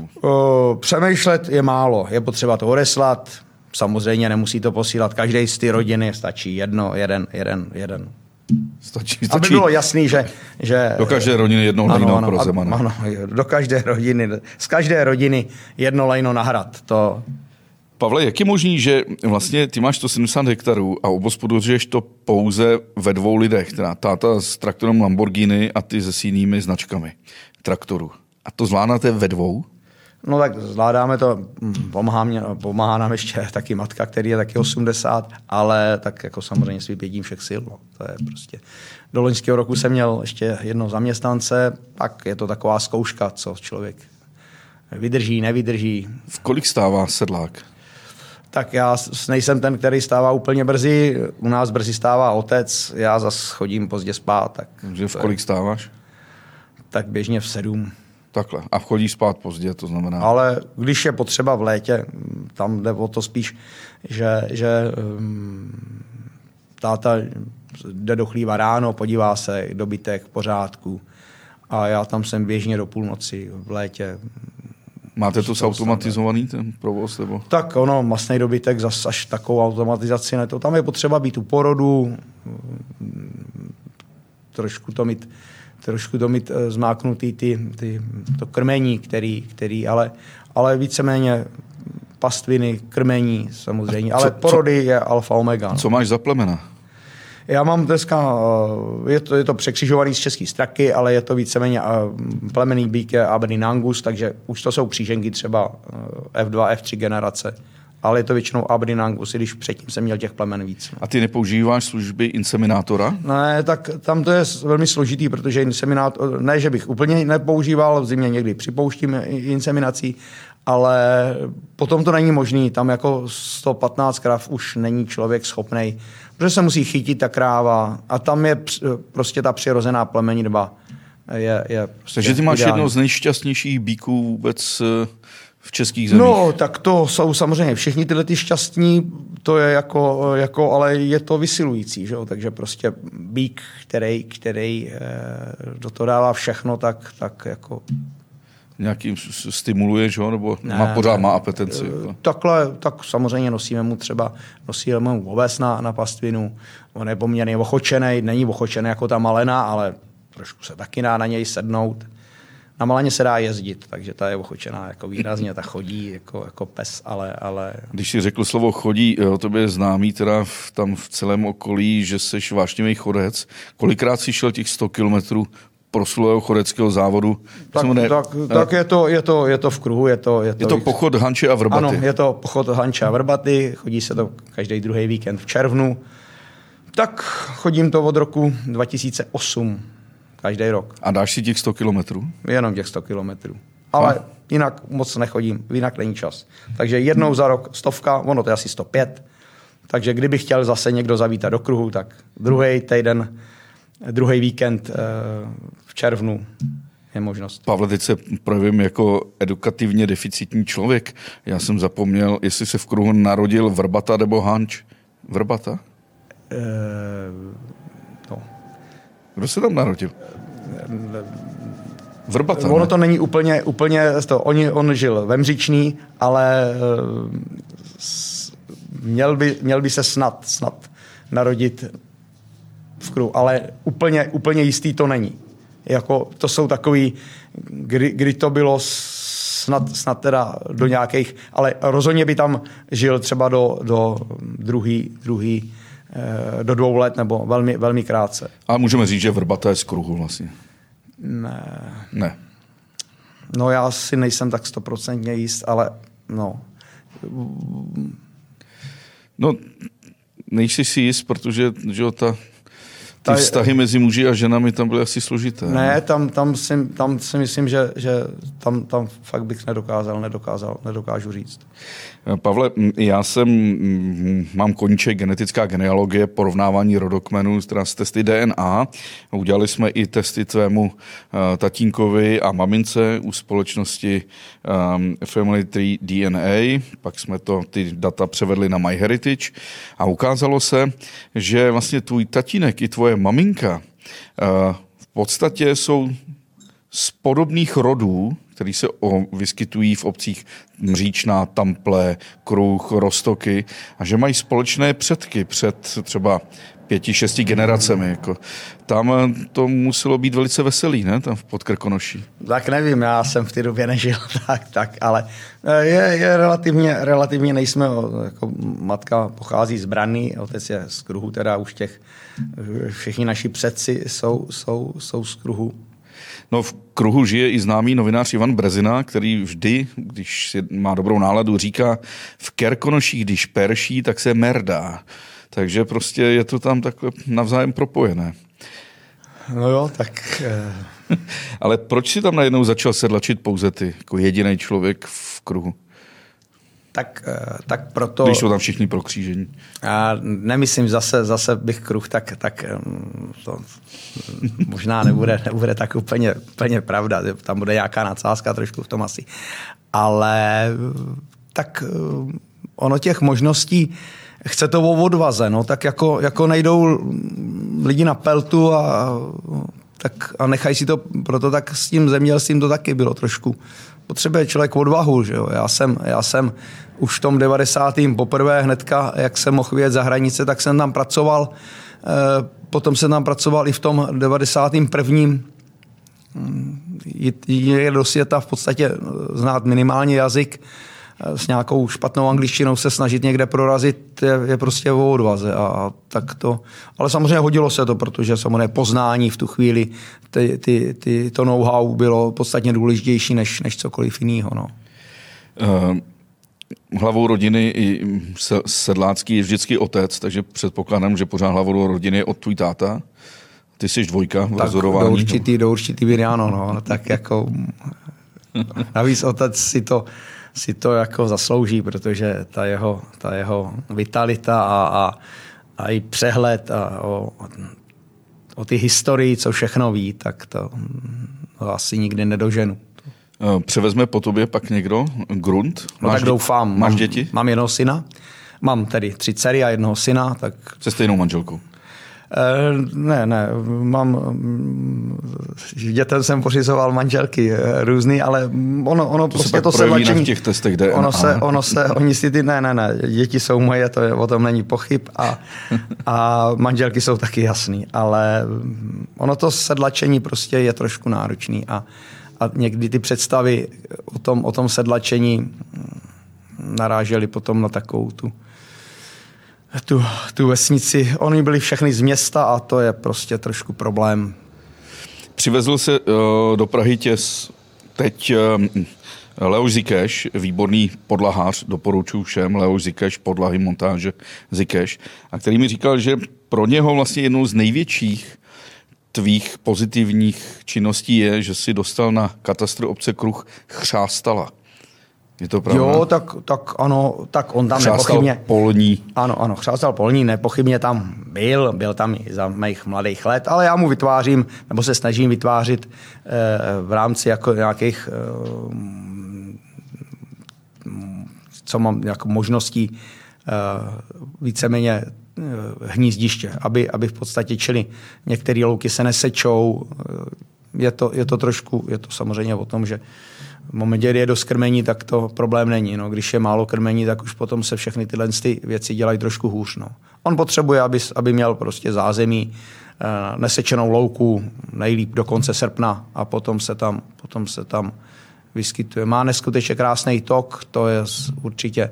Speaker 2: O, přemýšlet je málo, je potřeba to odeslat. Samozřejmě nemusí to posílat každý z ty rodiny, stačí jedno, jeden, jeden, jeden.
Speaker 1: Stačí, stačí.
Speaker 2: Aby bylo jasný, že... že
Speaker 1: do každé rodiny jedno lejno pro Zemana.
Speaker 2: Ano, do každé rodiny, z každé rodiny jedno lejno na hrad. To...
Speaker 1: Pavle, jak je možný, že vlastně ty máš sto sedmdesát hektarů a obhospodařuješ to pouze ve dvou lidech, teda táta s traktorem Lamborghini a ty se jinými značkami traktoru. A to zvládáte ve dvou?
Speaker 2: No tak zvládáme to, pomáhá, mě, pomáhá nám ještě taky matka, který je taky osmdesát, ale tak jako samozřejmě s vypětím všech sil. No. To je prostě... Do loňského roku jsem měl ještě jedno zaměstnance, tak je to taková zkouška, co člověk vydrží, nevydrží.
Speaker 1: V kolik stává sedlák?
Speaker 2: Tak já nejsem ten, který stává úplně brzy. U nás brzy stává otec, já zas chodím pozdě spát. Tak
Speaker 1: Takže v kolik stáváš?
Speaker 2: Tak běžně v sedm.
Speaker 1: Takhle. A chodíš spát pozdě, to znamená?
Speaker 2: Ale když je potřeba v létě, tam jde o to spíš, že, že um, táta jde do chlíva ráno, podívá se, dobytek v pořádku. A já tam jsem běžně do půlnoci v létě.
Speaker 1: Máte to zautomatizovaný, ten provoz? Nebo?
Speaker 2: Tak ono, masný dobytek, zas až takovou automatizaci ne to. Tam je potřeba být u porodu, trošku to mít, trošku to mít zmáknutý ty, ty, to krmení, který, který ale, ale víceméně pastviny, krmení samozřejmě, co, ale porody co, je alfa omega.
Speaker 1: Co máš za plemena?
Speaker 2: Já mám dneska, je to, je to překřižovaný z český straky, ale je to víceméně plemenný býk je Aberdeen Angus, takže už to jsou kříženky třeba F dva, F tři generace, ale je to většinou Aberdeen Angus, i když předtím jsem měl těch plemen víc.
Speaker 1: A ty nepoužíváš služby inseminátora?
Speaker 2: Ne, tak tam to je velmi složitý, protože inseminátor, ne, že bych úplně nepoužíval, v zimě někdy připouštím inseminací, ale potom to není možný, tam jako sto patnáct krav už není člověk schopnej, protože se musí chytit ta kráva a tam je prostě ta přirozená plemenitba. Je, je prostě
Speaker 1: Takže ty máš
Speaker 2: ideální.
Speaker 1: jedno z nejšťastnějších bíků vůbec v českých zemích.
Speaker 2: No, tak to jsou samozřejmě všichni tyhle ty šťastní, to je jako, jako ale je to vysilující, že jo? Takže prostě bík, který, který do toho dává všechno, tak, tak jako...
Speaker 1: Nějakým stimuluješ ho, nebo ne, má pořád má apetenci? Jako.
Speaker 2: Takhle, tak samozřejmě nosíme mu třeba, nosíme mu oves na, na pastvinu, on je poměrně ochočený, není ochočený jako ta malena, ale trošku se taky dá na něj sednout. Na maleně se dá jezdit, takže ta je ochočená jako výrazně, ta chodí jako, jako pes, ale, ale...
Speaker 1: Když jsi řekl slovo chodí, o tobě je známý teda v, tam v celém okolí, že jsi vášnivý chodec. Kolikrát jsi šel těch sto kilometrů proslulého chodeckého závodu?
Speaker 2: Tak, ne... tak, tak je, to, je, to, je to v kruhu. Je to, je to,
Speaker 1: je to pochod Hanče a Vrbaty.
Speaker 2: Ano, je to pochod Hanče a Vrbaty, chodí se to každý druhý víkend v červnu. Tak chodím to od roku dva tisíce osm, každý rok.
Speaker 1: A dáš si těch sto kilometrů?
Speaker 2: Jenom těch sto kilometrů. Ale a? jinak moc nechodím, jinak není čas. Takže jednou za rok stovka, ono to je asi sto pět. Takže kdyby chtěl zase někdo zavítat do kruhu, tak druhý týden, druhý víkend v červnu je možnost.
Speaker 1: Pavle, teď se projevím jako edukativně deficitní člověk. Já jsem zapomněl, jestli se v kruhu narodil Vrbata nebo Hanč. Vrbata?
Speaker 2: E, no.
Speaker 1: Kdo se tam narodil? Vrbata,
Speaker 2: ono
Speaker 1: ne?
Speaker 2: to není úplně, úplně to. On, on žil ve Mříční, ale měl by, měl by se snad, snad narodit v Kruhu, ale úplně, úplně jistý to není. Jako, to jsou takový, kdy, kdy to bylo snad, snad teda do nějakých, ale rozhodně by tam žil třeba do, do druhý, druhý, do dvou let nebo velmi, velmi krátce.
Speaker 1: A můžeme říct, že Vrbata je z Kruhu vlastně.
Speaker 2: Ne.
Speaker 1: Ne.
Speaker 2: No já si nejsem tak stoprocentně jist, ale no.
Speaker 1: No, nejsi si jist, protože že ta, ty
Speaker 2: Ta,
Speaker 1: vztahy mezi muži a ženami tam byly asi složité.
Speaker 2: Ne, tam, tam, si, tam si myslím, že, že tam, tam fakt bych nedokázal, nedokázal, nedokážu říct.
Speaker 1: Pavle, já jsem, mám koníček genetická genealogie, porovnávání rodokmenů s testy D N A. Udělali jsme i testy tvému uh, tatínkovi a mamince u společnosti um, Family Tree D N A. Pak jsme to, ty data převedli na MyHeritage a ukázalo se, že vlastně tvůj tatínek i tvoje maminka uh, v podstatě jsou z podobných rodů, který se o, vyskytují v obcích Mříčná, Tample, Kruh, Roztoky a že mají společné předky před třeba pěti, šesti generacemi. Jako. Tam to muselo být velice veselý, ne? Tam v Podkrkonoší.
Speaker 2: Tak nevím, já jsem v té době nežil, tak, tak, ale je, je relativně, relativně nejsme, jako matka pochází z Branný, otec je z Kruhu, teda už těch, všichni naši předci jsou, jsou, jsou z Kruhu.
Speaker 1: No v Kruhu žije i známý novinář Ivan Brezina, který vždy, když má dobrou náladu, říká v Kerkonoších, když perší, tak se merdá. Takže prostě je to tam takhle navzájem propojené.
Speaker 2: No jo, tak... Eh...
Speaker 1: Ale proč si tam najednou začal sedlačit pouze ty, jako jediný člověk v Kruhu?
Speaker 2: Tak, tak proto...
Speaker 1: Když jsou tam všichni pro křížení.
Speaker 2: Já nemyslím, zase, zase bych Kruh, tak, tak to možná nebude, nebude tak úplně, úplně pravda. Tam bude nějaká nadsázka trošku v tom asi. Ale tak ono těch možností, chce to o odvaze, no, tak jako, jako nejdou lidi na peltu a, tak, a nechají si to, proto tak s tím zemědělstvím to taky bylo trošku. Potřebuje člověk odvahu, že jo. Já jsem, já jsem už v tom devadesátém poprvé hnedka, jak jsem mohl vyjet za hranice, tak jsem tam pracoval. Potom jsem tam pracoval i v tom devadesátém prvním Je do světa v podstatě znát minimální jazyk. S nějakou špatnou angličtinou se snažit někde prorazit je, je prostě o odvaze. A tak to, ale samozřejmě hodilo se to, protože samozřejmě poznání v tu chvíli, ty, ty, ty, to know-how bylo podstatně důležitější než, než cokoliv jiného. No.
Speaker 1: Uh, hlavou rodiny i sedlácký je vždycky otec, takže předpokládám, že pořád hlavou rodiny je od tvůj táta. Ty jsi dvojka v rozhodování.
Speaker 2: Do určitý, do určitý míry ano. No. Tak jako, navíc otec si to si to jako zaslouží, protože ta jeho, ta jeho vitalita a, a, a i přehled a o, o ty historii, co všechno ví, tak to, to asi nikdy nedoženu.
Speaker 1: Převezme po tobě pak někdo grunt?
Speaker 2: No tak doufám.
Speaker 1: Máš
Speaker 2: mám,
Speaker 1: děti?
Speaker 2: Mám jednoho syna. Mám tedy tři dcery a jednoho syna. Tak...
Speaker 1: Se stejnou manželkou?
Speaker 2: Ne, ne, mám, dětem jsem pořizoval manželky různý, ale ono, ono
Speaker 1: to
Speaker 2: prostě
Speaker 1: se
Speaker 2: to sedlačení.
Speaker 1: v těch testech D N A.
Speaker 2: Ono se, ono se, oni si ty, ne, ne, ne, děti jsou moje, to je, o tom není pochyb a, a manželky jsou taky jasný, ale ono to sedlačení prostě je trošku náročný a, a někdy ty představy o tom, o tom sedlačení narážely potom na takovou tu Tu, tu vesnici. Oni byli všechny z města a to je prostě trošku problém.
Speaker 1: Přivezl se uh, do Prahy tě teď uh, Leoš Zikeš, výborný podlahář, doporučuji všem, Leoš Zikeš, podlahy, montáže Zikeš, a který mi říkal, že pro něho vlastně jednou z největších tvých pozitivních činností je, že si dostal na katastru obce Kruh chřástala. Je to pravda?
Speaker 2: Jo, tak, tak ano, tak on tam
Speaker 1: chřástal
Speaker 2: nepochybně...
Speaker 1: polní.
Speaker 2: Ano, ano, chřástal polní, nepochybně tam byl, byl tam i za mých mladých let, ale já mu vytvářím, nebo se snažím vytvářet eh, v rámci jako nějakých eh, co mám jako možností eh, víceméně hnízdiště, aby, aby v podstatě čili některé louky se nesečou. Je to, je to trošku, je to samozřejmě o tom, že v momentě, kdy je dost krmení, tak to problém není. No, když je málo krmení, tak už potom se všechny tyhle ty věci dělají trošku hůř. No. On potřebuje, aby, aby měl prostě zázemí, nesečenou louku, nejlíp do konce srpna a potom se tam, potom se tam vyskytuje. Má neskutečně krásný tok, to je určitě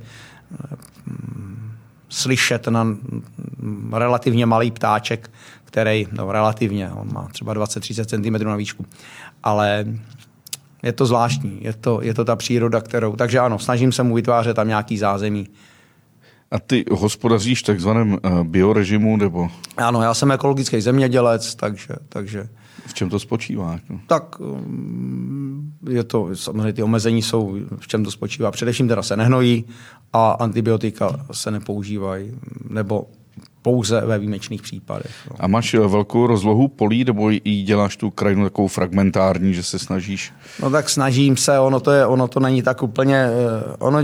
Speaker 2: slyšet na relativně malý ptáček, který, no relativně, on má třeba dvacet třicet centimetrů na výšku, ale je to zvláštní, je to, je to ta příroda, kterou, takže ano, snažím se mu vytvářet tam nějaký zázemí.
Speaker 1: A ty hospodaříš v takzvaném biorežimu, nebo?
Speaker 2: Ano, já jsem ekologický zemědělec, takže... takže
Speaker 1: v čem to spočívá?
Speaker 2: Tak je to, samozřejmě ty omezení jsou, v čem to spočívá. Především teda se nehnojí a antibiotika se nepoužívají, nebo pouze ve výjimečných případech. No.
Speaker 1: A máš velkou rozlohu polí, nebo ji děláš tu krajinu takovou fragmentární, že se snažíš?
Speaker 2: No tak snažím se, ono to, je, ono to není tak úplně... Ono,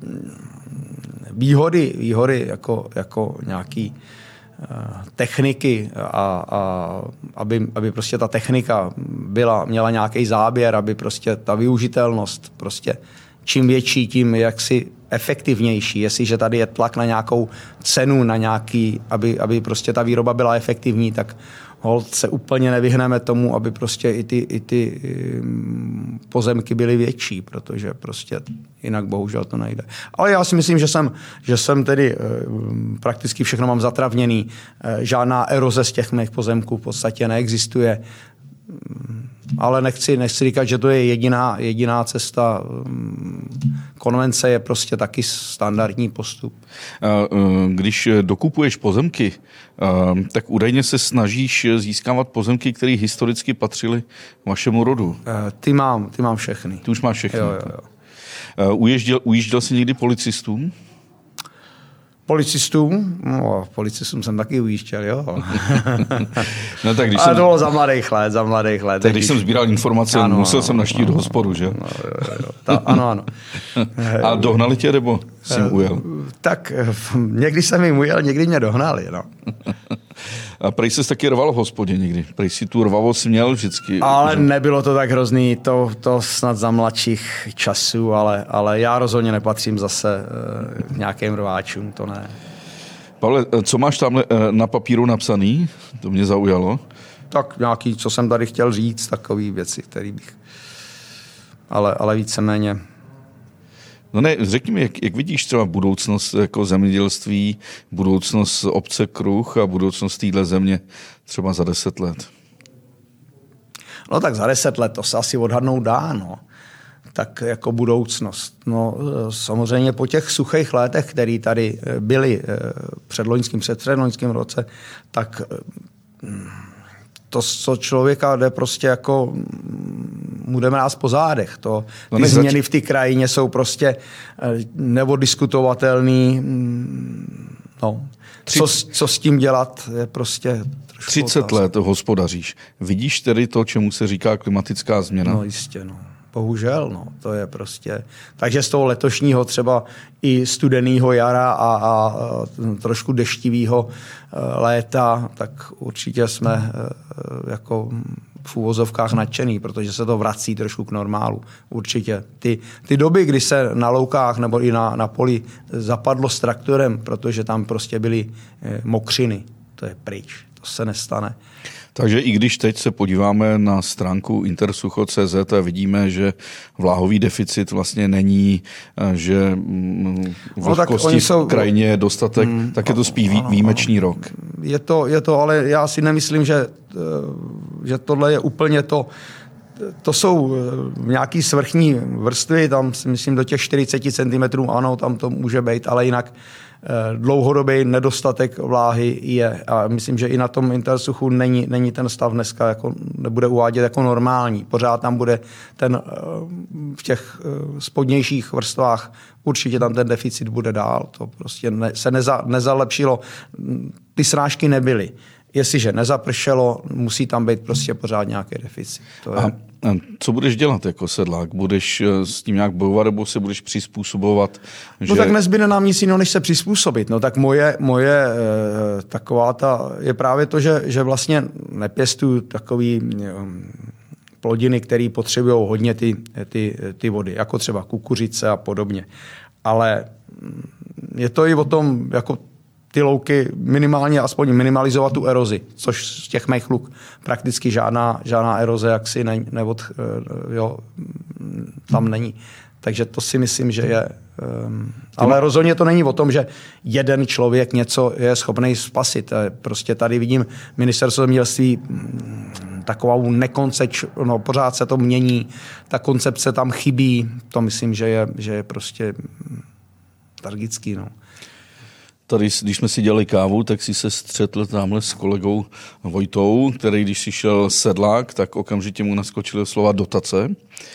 Speaker 2: výhody, výhody jako, jako nějaký techniky a, a aby, aby prostě ta technika byla, měla nějaký záběr, aby prostě ta využitelnost prostě čím větší, tím jaksi efektivnější. Jestliže tady je tlak na nějakou cenu, na nějaký, aby, aby prostě ta výroba byla efektivní, tak holt se úplně nevyhneme tomu, aby prostě i ty, i ty pozemky byly větší, protože prostě jinak bohužel to nejde. Ale já si myslím, že jsem, že jsem tedy prakticky všechno mám zatravněný. Žádná eroze z těch mých pozemků v podstatě neexistuje. Ale nechci, nechci říkat, že to je jediná, jediná cesta. Konvence je prostě taky standardní postup.
Speaker 1: Když dokupuješ pozemky, tak údajně se snažíš získávat pozemky, které historicky patřily vašemu rodu.
Speaker 2: Ty mám, ty mám všechny.
Speaker 1: Ty už máš všechny.
Speaker 2: Jo, jo, jo.
Speaker 1: Ujížděl, ujížděl jsi někdy policistům?
Speaker 2: Policistům? No, policistům jsem taky ujížděl, jo.
Speaker 1: No, tak když
Speaker 2: Ale
Speaker 1: jsem...
Speaker 2: to bylo za mladých let, za mladých let.
Speaker 1: Tak když, když jsem sbíral informace, ano, musel ano, jsem naštít do hospodu, že?
Speaker 2: No, jo, jo. Ta, ano, ano.
Speaker 1: A dohnali tě, nebo jsi jim ujel?
Speaker 2: Tak někdy jsem jim ujel, někdy mě dohnali, no.
Speaker 1: A prej ses taky rval v hospodě někdy. Prej si tu rvavost měl vždycky.
Speaker 2: Ale nebylo to tak hrozný, to, to snad za mladších časů, ale, ale já rozhodně nepatřím zase k nějakým rváčům, to ne.
Speaker 1: Pavle, co máš tam na papíru napsaný? To mě zaujalo.
Speaker 2: Tak nějaký, co jsem tady chtěl říct, takový věci, který bych... Ale, ale víceméně...
Speaker 1: No ne, řekni mi, jak, jak vidíš třeba budoucnost jako zemědělství, budoucnost obce Kruh a budoucnost téhle země třeba za deset let?
Speaker 2: No tak za deset let to se asi odhadnout dá, no. Tak jako budoucnost. No samozřejmě po těch suchých letech, které tady byly před loňským, před předloňským roce, tak to, co člověka jde prostě jako mu jde mráz po zádech. To, ty no změny v té krajině jsou prostě neodiskutovatelný. No. Co, co s tím dělat je prostě
Speaker 1: třicet let hospodaříš. Vidíš tedy to, čemu se říká klimatická změna?
Speaker 2: No jistě, no. Bohužel, no, to je prostě... Takže z toho letošního třeba i studeného jara a, a, a trošku deštivého léta, tak určitě jsme jako v úvozovkách nadšený, protože se to vrací trošku k normálu. Určitě. Ty, ty doby, kdy se na loukách nebo i na, na poli zapadlo s traktorem, protože tam prostě byly mokřiny, to je pryč, to se nestane.
Speaker 1: Takže i když teď se podíváme na stránku intersucho tečka cé zet a vidíme, že vláhový deficit vlastně není, že vlhkosti no, v krajině je dostatek, mm, tak je to spíš ano, výjimečný ano. rok.
Speaker 2: Je to, je to, ale já si nemyslím, že, že tohle je úplně to, to jsou nějaký svrchní vrstvy, tam si myslím do těch čtyřicet centimetrů, ano, tam to může být, ale jinak dlouhodobý nedostatek vláhy je. A myslím, že i na tom intersuchu není, není ten stav dneska, jako nebude uvádět jako normální. Pořád tam bude ten v těch spodnějších vrstvách, určitě tam ten deficit bude dál. To prostě ne, se neza, nezalepšilo. Ty srážky nebyly. Jestliže nezapršelo, musí tam být prostě pořád nějaký deficit. To je...
Speaker 1: A co budeš dělat jako sedlák? Budeš s tím nějak bojovat, nebo se budeš přizpůsobovat? Že...
Speaker 2: No tak nezbyde nám nic jiného, než se přizpůsobit. No tak moje, moje e, taková ta je právě to, že, že vlastně nepěstuju takový e, plodiny, které potřebují hodně ty, ty, ty vody, jako třeba kukuřice a podobně. Ale je to i o tom, jako ty louky minimálně, aspoň minimalizovat tu erozi, což z těch mých luk prakticky žádná, žádná eroze jaksi ne, nevod, jo, tam není. Takže to si myslím, že je... Um, ale rozhodně to není o tom, že jeden člověk něco je schopný spasit. Prostě tady vidím ministerstvo zemědělství takovou nekoncept, no pořád se to mění, ta koncepce tam chybí, to myslím, že je, že je prostě tragický, no.
Speaker 1: Tady, když jsme si dělali kávu, tak si se střetl tamhle s kolegou Vojtou, který když si šel sedlák, tak okamžitě mu naskočily slova dotace.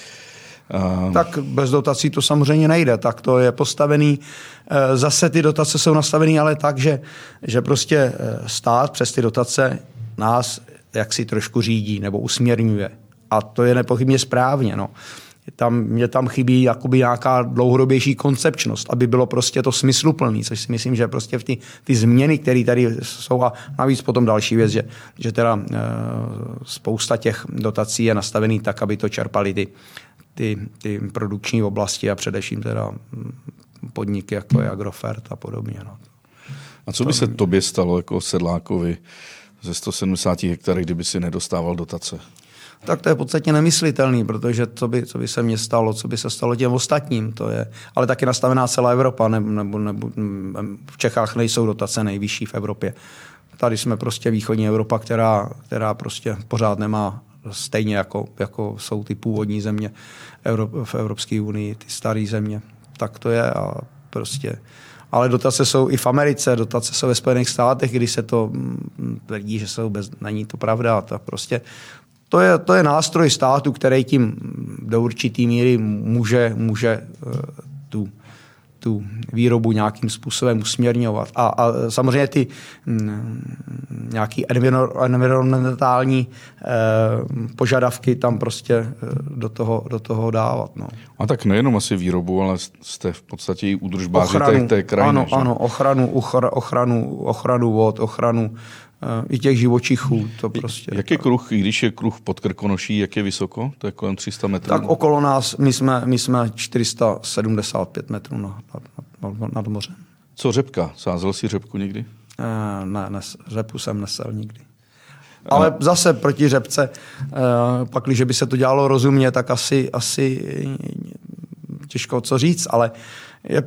Speaker 1: A... Tak
Speaker 2: bez dotací to samozřejmě nejde, tak to je postavený. Zase ty dotace jsou nastavený, ale tak, že, že prostě stát přes ty dotace nás jaksi trošku řídí nebo usměrňuje. A to je nepochybně správně, no. Tam, mě tam chybí jakoby nějaká dlouhodobější koncepčnost, aby bylo prostě to smysluplný, což si myslím, že prostě v ty, ty změny, které tady jsou a navíc potom další věc, že, že teda e, spousta těch dotací je nastavený tak, aby to čerpali ty, ty, ty produkční oblasti a především teda podniky, jako je Agrofert a podobně. No.
Speaker 1: A co by se tobě stalo jako sedlákovi ze sto sedmdesát hektarů, kdyby si nedostával dotace?
Speaker 2: Tak to je v podstatě nemyslitelný, protože co by, co by se mně stalo, co by se stalo těm ostatním, to je, ale taky nastavená celá Evropa, nebo, nebo, nebo v Čechách nejsou dotace nejvyšší v Evropě. Tady jsme prostě východní Evropa, která, která prostě pořád nemá stejně jako, jako jsou ty původní země v Evropské unii, ty staré země. Tak to je a prostě... Ale dotace jsou i v Americe, dotace jsou ve Spojených státech, kdy se to tvrdí, že jsou bez... Není to pravda. To prostě... To je, to je nástroj státu, který tím do určitý míry může, může tu, tu výrobu nějakým způsobem usměrňovat. A, a samozřejmě ty m, nějaký environmentální eh, požadavky tam prostě do toho, do toho dávat. No.
Speaker 1: A tak nejenom asi výrobu, ale jste v podstatě i údržbáři té, té krajiny.
Speaker 2: Ano, ano, ochranu, ochranu, ochranu vod, ochranu i těch živočichů. To prostě.
Speaker 1: Jak je kruh, když je kruh pod Krkonoší, jak je vysoko? To je kolem tři sta metrů?
Speaker 2: Tak okolo nás, my jsme, my jsme čtyři sta sedmdesát pět metrů nad, nad, nad, nad mořem.
Speaker 1: Co řepka? Sázel jsi řepku někdy?
Speaker 2: E, ne, ne, řepu jsem nesel nikdy. Ale a... zase proti řepce, e, pak, když by se to dělalo rozumně, tak asi, asi těžko co říct, ale je...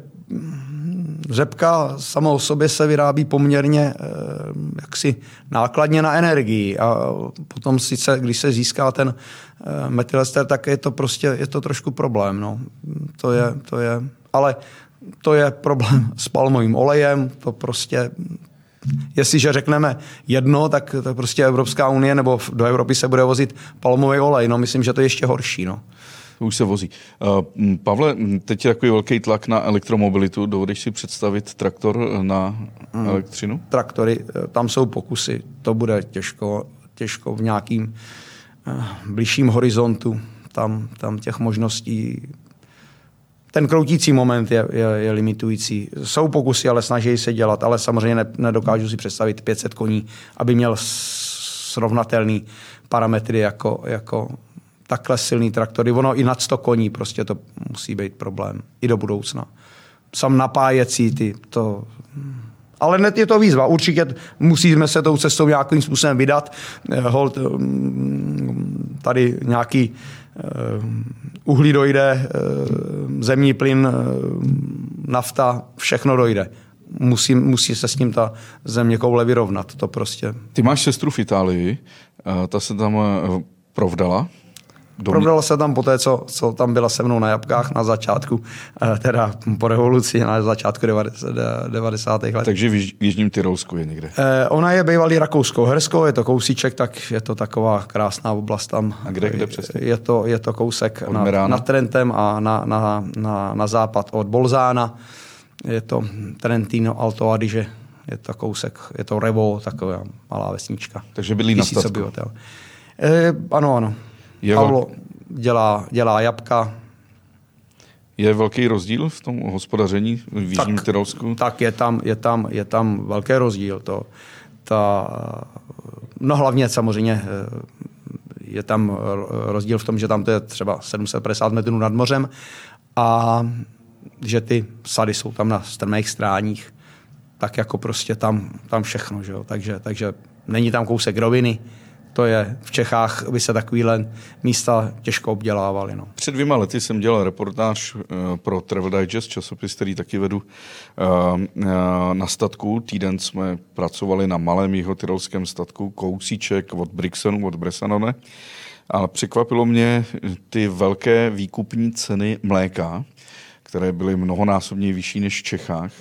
Speaker 2: Řepka sama o sobě se vyrábí poměrně eh, jaksi nákladně na energii a potom sice, když se získá ten eh, metylester, tak je to prostě je to trošku problém. No. To je, to je, ale to je problém s palmovým olejem, to prostě, jestliže řekneme jedno, tak, tak prostě Evropská unie nebo do Evropy se bude vozit palmový olej. No, myslím, že to je ještě horší. No.
Speaker 1: Už se vozí. Uh, Pavle, teď je takový velký tlak na elektromobilitu. Dovedeš si představit traktor na hmm. elektřinu?
Speaker 2: Traktory, tam jsou pokusy. To bude těžko, těžko v nějakým uh, bližším horizontu. Tam, tam těch možností... Ten kroutící moment je, je, je limitující. Jsou pokusy, ale snaží se dělat, ale samozřejmě ne, nedokážu si představit pět set koní, aby měl srovnatelný parametry jako... jako takhle silný traktory. Ono i nad sto koní prostě to musí být problém. I do budoucna. Sam napájecí ty, to... Ale net je to výzva. Určitě musíme se tou cestou nějakým způsobem vydat. Hold, tady nějaký uhlí dojde, zemní plyn, nafta, všechno dojde. Musí, musí se s tím ta země koule vyrovnat. To prostě...
Speaker 1: Ty máš sestru v Itálii, ta se tam provdala.
Speaker 2: Provdala se tam po té, co, co tam byla se mnou na Jabkách na začátku, teda po revoluci, na začátku devadesátých let.
Speaker 1: Takže v Jižním Tyrolsku je někde.
Speaker 2: Eh, ona je bývalý Rakousko-Hersko, je to kousíček, tak je to taková krásná oblast tam.
Speaker 1: A kde, kde přesně?
Speaker 2: Je to, je to kousek nad, nad Trentem a na, na, na, na západ od Bolzána. Je to Trentino Alto Adige. Je to kousek, je to Revo, taková malá vesnička.
Speaker 1: Takže byli na statku.
Speaker 2: E, ano, ano.
Speaker 1: Je
Speaker 2: Pavlo dělá, dělá jabka.
Speaker 1: Je velký rozdíl v tom hospodaření v Jižním Tyrolsku?
Speaker 2: Tak je tam, je tam, je tam velký rozdíl. To, ta, no hlavně samozřejmě je tam rozdíl v tom, že tam to je třeba sedm set padesát metrů nad mořem a že ty sady jsou tam na strmých stráních, tak jako prostě tam, tam všechno. Že jo? Takže, takže není tam kousek roviny. To je v Čechách, by se takovýhle místa těžko obdělávaly. No.
Speaker 1: Před dvěma lety jsem dělal reportáž pro Travel Digest, časopis, který taky vedu na statku. Týden jsme pracovali na malém jihotyrolském statku, kousíček od Brixenu, od Bressanone. Ale překvapilo mě ty velké výkupní ceny mléka, které byly mnohonásobně vyšší než v Čechách.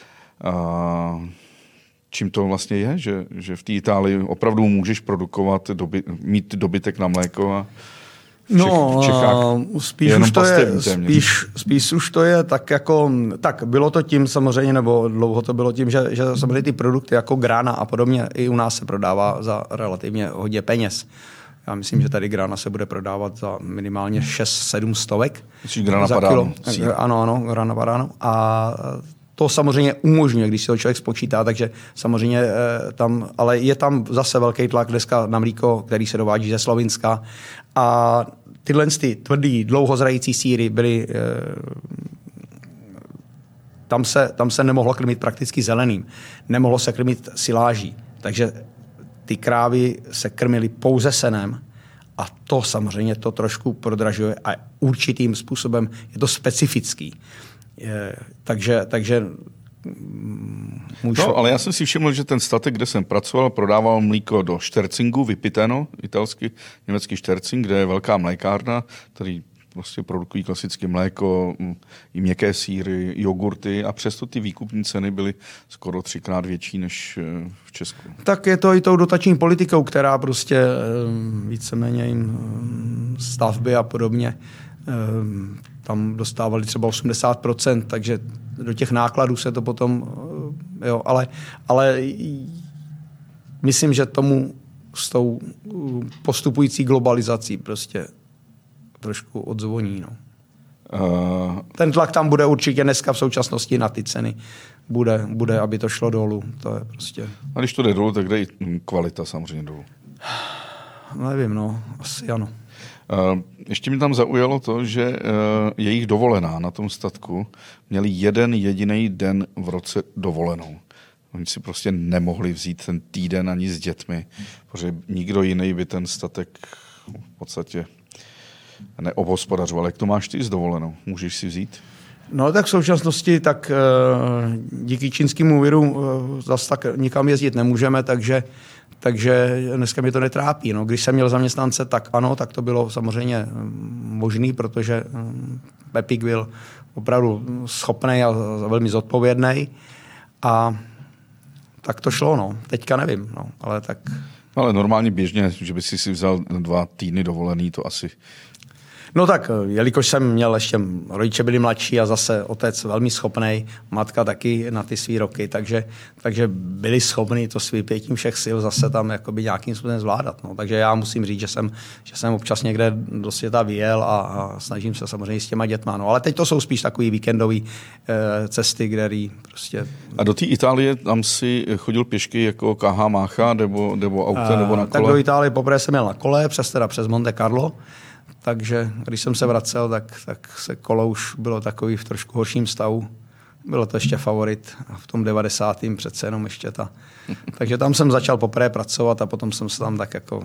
Speaker 1: Čím to vlastně je, že, že v té Itálii opravdu můžeš produkovat, doby, mít dobytek na mléko a v, Čech,
Speaker 2: no,
Speaker 1: v Čechách
Speaker 2: spíš
Speaker 1: je
Speaker 2: už to je, spíš, spíš už to je tak jako, tak bylo to tím samozřejmě, nebo dlouho to bylo tím, že, že samozřejmě ty produkty jako Grana a podobně i u nás se prodává za relativně hodně peněz. Já myslím, že tady Grana se bude prodávat za minimálně šest sedm stovek.
Speaker 1: Myslíš Grana Padano?
Speaker 2: Ano, ano, Grana Padano. A to samozřejmě umožňuje, když si to člověk spočítá, takže samozřejmě tam, ale je tam zase velký tlak dneska na mlíko, který se dovádí ze Slovinska. A tyhle ty tvrdý, dlouhozrající sýry byly, tam se, tam se nemohlo krmit prakticky zeleným. Nemohlo se krmit siláží. Takže ty krávy se krmily pouze senem a to samozřejmě to trošku prodražuje a určitým způsobem je to specifický. Je, takže, takže můžu...
Speaker 1: No, ale já jsem si všiml, že ten statek, kde jsem pracoval, prodával mlíko do Štercingu, Vypiteno, italský, německý Štercing, kde je velká mlékárna, který prostě produkují klasické mléko, i měkké sýry, jogurty a přesto ty výkupní ceny byly skoro třikrát větší než v Česku.
Speaker 2: Tak je to i tou dotační politikou, která prostě víceméně jim stavby a podobně tam dostávali třeba osmdesát procent, takže do těch nákladů se to potom, jo, ale, ale myslím, že tomu s tou postupující globalizací prostě trošku odzvoní. No. Uh, Ten tlak tam bude určitě dneska v současnosti na ty ceny. Bude, bude, aby to šlo dolů. To je prostě...
Speaker 1: A když to jde dolů, tak jde i kvalita samozřejmě dolů.
Speaker 2: Nevím, no. Asi ano.
Speaker 1: Uh, ještě mi tam zaujalo to, že uh, jejich dovolená na tom statku měli jeden jediný den v roce dovolenou. Oni si prostě nemohli vzít ten týden ani s dětmi, protože nikdo jiný by ten statek v podstatě neobhospodařoval. Jak to máš ty s dovolenou? Můžeš si vzít?
Speaker 2: No tak v současnosti tak díky čínskému viru zase tak nikam jezdit nemůžeme, takže, takže dneska mě to netrápí. No, když jsem měl zaměstnance, tak ano, tak to bylo samozřejmě možný, protože Pepík byl opravdu schopný a velmi zodpovědný. A tak to šlo, no. Teďka nevím, no, ale tak...
Speaker 1: Ale normálně běžně, že by si si vzal dva týdny dovolený, to asi...
Speaker 2: No tak, jelikož jsem měl ještě, rodiče byli mladší a zase otec velmi schopnej, matka taky na ty svý roky, takže, takže byli schopni to s vypětím všech sil zase tam jakoby nějakým způsobem zvládat. No. Takže já musím říct, že jsem, že jsem občas někde do světa vyjel a, a snažím se samozřejmě s těma dětma. No. Ale teď to jsou spíš takový víkendové e, cesty, které prostě...
Speaker 1: A do té Itálie tam si chodil pěšky jako K H Mácha nebo, nebo autem nebo na kole?
Speaker 2: Tak do Itálie poprvé jsem měl na kole, přes teda přes Monte Carlo. Takže když jsem se vracel, tak, tak se kolo už bylo takový v trošku horším stavu. Bylo to ještě favorit a v tom devadesátém přece jenom ještě ta. Takže tam jsem začal poprvé pracovat a potom jsem se tam tak jako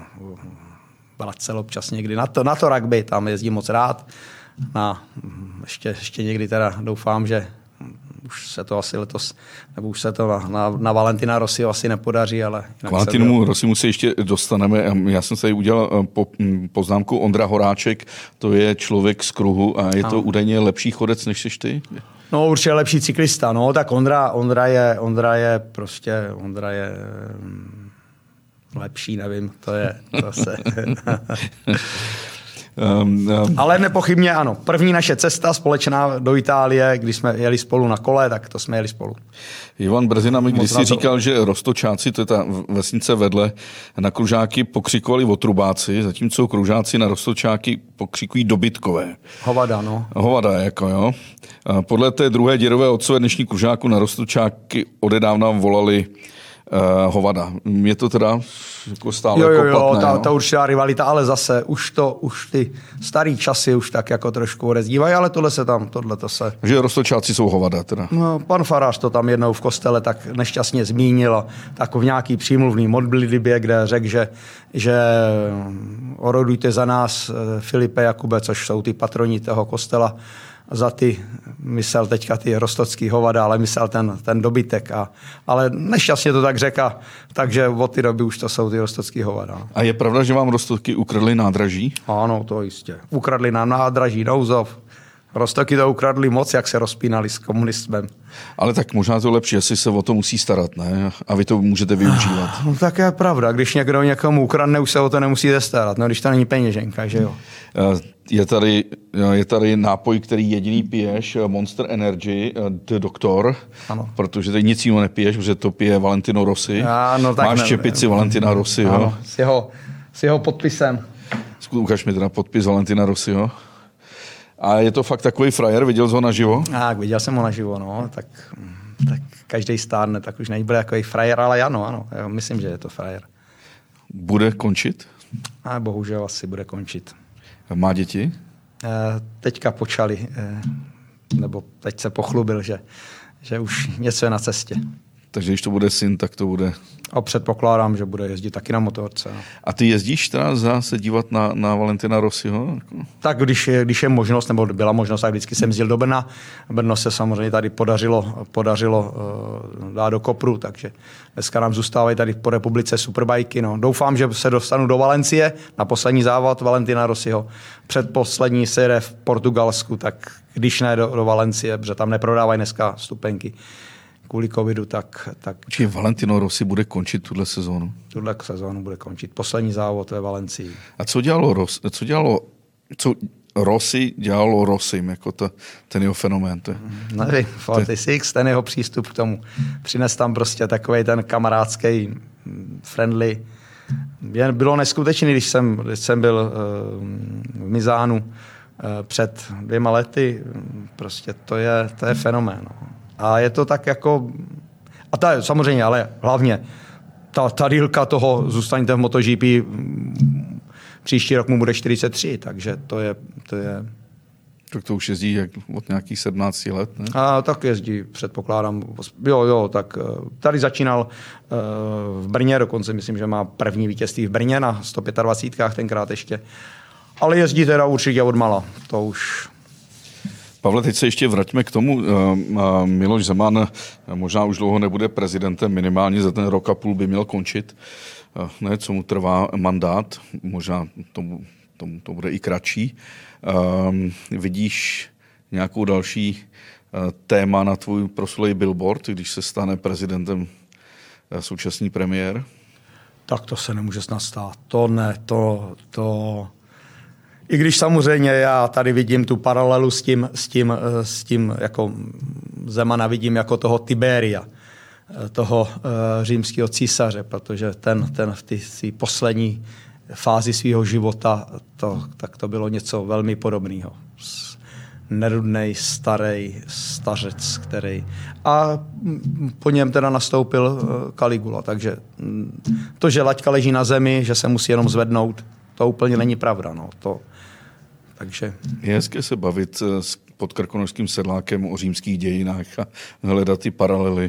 Speaker 2: vracel občas někdy. Na to, na to rugby tam jezdím moc rád. Na, ještě, ještě někdy teda doufám, že už se to asi letos, nebo už se to na, na, na Valentina Rossi asi nepodaří, ale...
Speaker 1: K Valentinu Rossimu se ještě dostaneme. Já jsem tady udělal po, poznámku Ondra Horáček, to je člověk z kruhu a je to ano. Údajně lepší chodec, než jsi ty?
Speaker 2: No určitě lepší cyklista, no tak Ondra, Ondra, je, Ondra je prostě, Ondra je lepší, nevím, to je, to se...
Speaker 1: Um, um.
Speaker 2: Ale nepochybně ano. První naše cesta společná do Itálie, když jsme jeli spolu na kole, tak to jsme jeli spolu.
Speaker 1: Ivan Brzina mi kdysi říkal, že Roztočáci, to je ta vesnice vedle, na Kružáky pokřikovali otrubáci, zatímco Kružáci na Roztočáky pokřikují dobytkové.
Speaker 2: Hovada, no.
Speaker 1: Hovada, jako jo. Podle té druhé dědové otcové dnešní Kružáku na Roztočáky odedávna volali Uh, hovada. Je to teda jako stále
Speaker 2: jo, jo,
Speaker 1: jako platné,
Speaker 2: jo, ta,
Speaker 1: jo?
Speaker 2: ta určitá rivalita, ale zase už to, už ty starý časy už tak jako trošku rozdívají, ale tohle se tam, tohle to se...
Speaker 1: Že Roztočáci jsou hovada teda.
Speaker 2: No, pan farář to tam jednou v kostele tak nešťastně zmínil, tak v nějaký přímluvný modlitbě, kde řekl, že, že orodujte za nás Filipe, Jakube, což jsou ty patroni toho kostela, za ty, myslel teďka ty rostocký hovada, ale myslel ten, ten dobytek. A, ale nešťastně to tak řekl, takže od té doby už to jsou ty rostocký hovada.
Speaker 1: A je pravda, že vám Roztoky ukradli nádraží?
Speaker 2: Ano, to jistě. Ukradli nám nádraží, Nouzov. Roztoky to ukradli moc, jak se rozpínali s komunismem.
Speaker 1: Ale tak možná to lepší, asi se o to musí starat, ne? A vy to můžete využívat.
Speaker 2: No, tak je pravda, když někdo někomu ukradne, už se o to nemusíte starat, no když to není peněženka, že jo.
Speaker 1: Je tady, je tady nápoj, který jediný piješ, Monster Energy, The Doctor, ano. Protože tady nic jiného nepiješ, protože to pije Valentino Rossi.
Speaker 2: A, no, tak
Speaker 1: Máš
Speaker 2: ne,
Speaker 1: čepici ne, Valentina Rossiho.
Speaker 2: Ano, s jeho, s jeho podpisem.
Speaker 1: Ukaž mi teda podpis Valentina Rossiho. A je to fakt takový frajer, viděl jsi ho naživo?
Speaker 2: Tak, viděl jsem ho naživo, no, tak, tak každý stárne, tak už nebude takový frajer, ale ano, ano, já myslím, že je to frajer.
Speaker 1: Bude končit?
Speaker 2: A bohužel asi bude končit.
Speaker 1: Má děti?
Speaker 2: E, teďka počali, e, nebo teď se pochlubil, že, že už něco je na cestě.
Speaker 1: Takže když to bude syn, tak to bude...
Speaker 2: A předpokládám, že bude jezdit taky na motorce. No.
Speaker 1: A ty jezdíš teda za se dívat na, na Valentina Rossiho?
Speaker 2: Tak když je, když je možnost, nebo byla možnost, tak vždycky jsem jezdil do Brna. Brno se samozřejmě tady podařilo, podařilo uh, dát do kopru, takže dneska nám zůstávají tady po republice superbajky. No. Doufám, že se dostanu do Valencie na poslední závod Valentina Rossiho. Předposlední se jede v Portugalsku, tak když ne do, do Valencie, protože tam neprodávají dneska stupenky kvůli covidu, tak... tak
Speaker 1: Čiže Valentino Rossi bude končit tuhle sezónu?
Speaker 2: Tuhle sezónu bude končit. Poslední závod ve Valencii.
Speaker 1: A co dělalo Rossi? Co dělalo... Co Rossi dělalo Rossim, jako to, ten jeho fenomén? To je,
Speaker 2: nevím, čtyřicet šest, ten jeho přístup k tomu. Přines tam prostě takovej ten kamarádský, friendly. Bylo neskutečný, když jsem, když jsem byl v Mizánu před dvěma lety. Prostě to je, to je fenomén. No. A je to tak jako... A ta, samozřejmě, ale hlavně ta, ta dílka toho zůstaňte v MotoGP, příští rok mu bude čtyřicet tři, takže to je... To je...
Speaker 1: Tak to už jezdí jak od nějakých sedmnácti let, ne?
Speaker 2: A tak jezdí, předpokládám. Jo, jo, tak tady začínal v Brně, dokonce myslím, že má první vítězství v Brně na sto dvacet pět tenkrát ještě. Ale jezdí teda určitě odmala, to už...
Speaker 1: Pavle, teď se ještě vraťme k tomu. Miloš Zeman možná už dlouho nebude prezidentem, minimálně za ten rok a půl by měl končit. Ne, co mu trvá mandát, možná tomu, tomu to bude i kratší. Um, vidíš nějakou další uh, téma na tvůj proslulý billboard, když se stane prezidentem uh, současný premiér?
Speaker 2: Tak to se nemůže snad stát. To ne, to... to... I když samozřejmě já tady vidím tu paralelu s tím, s tím, s tím jako Zemana vidím jako toho Tiberia, toho uh, římského císaře, protože ten, ten v té poslední fázi svého života, to, tak to bylo něco velmi podobného. Nerudnej, starý stařec, který... A po něm teda nastoupil uh, Caligula, takže to, že laťka leží na zemi, že se musí jenom zvednout, to úplně není pravda. No. To, takže...
Speaker 1: Je hezké se bavit s podkrkonožským sedlákem o římských dějinách a hledat ty paralely.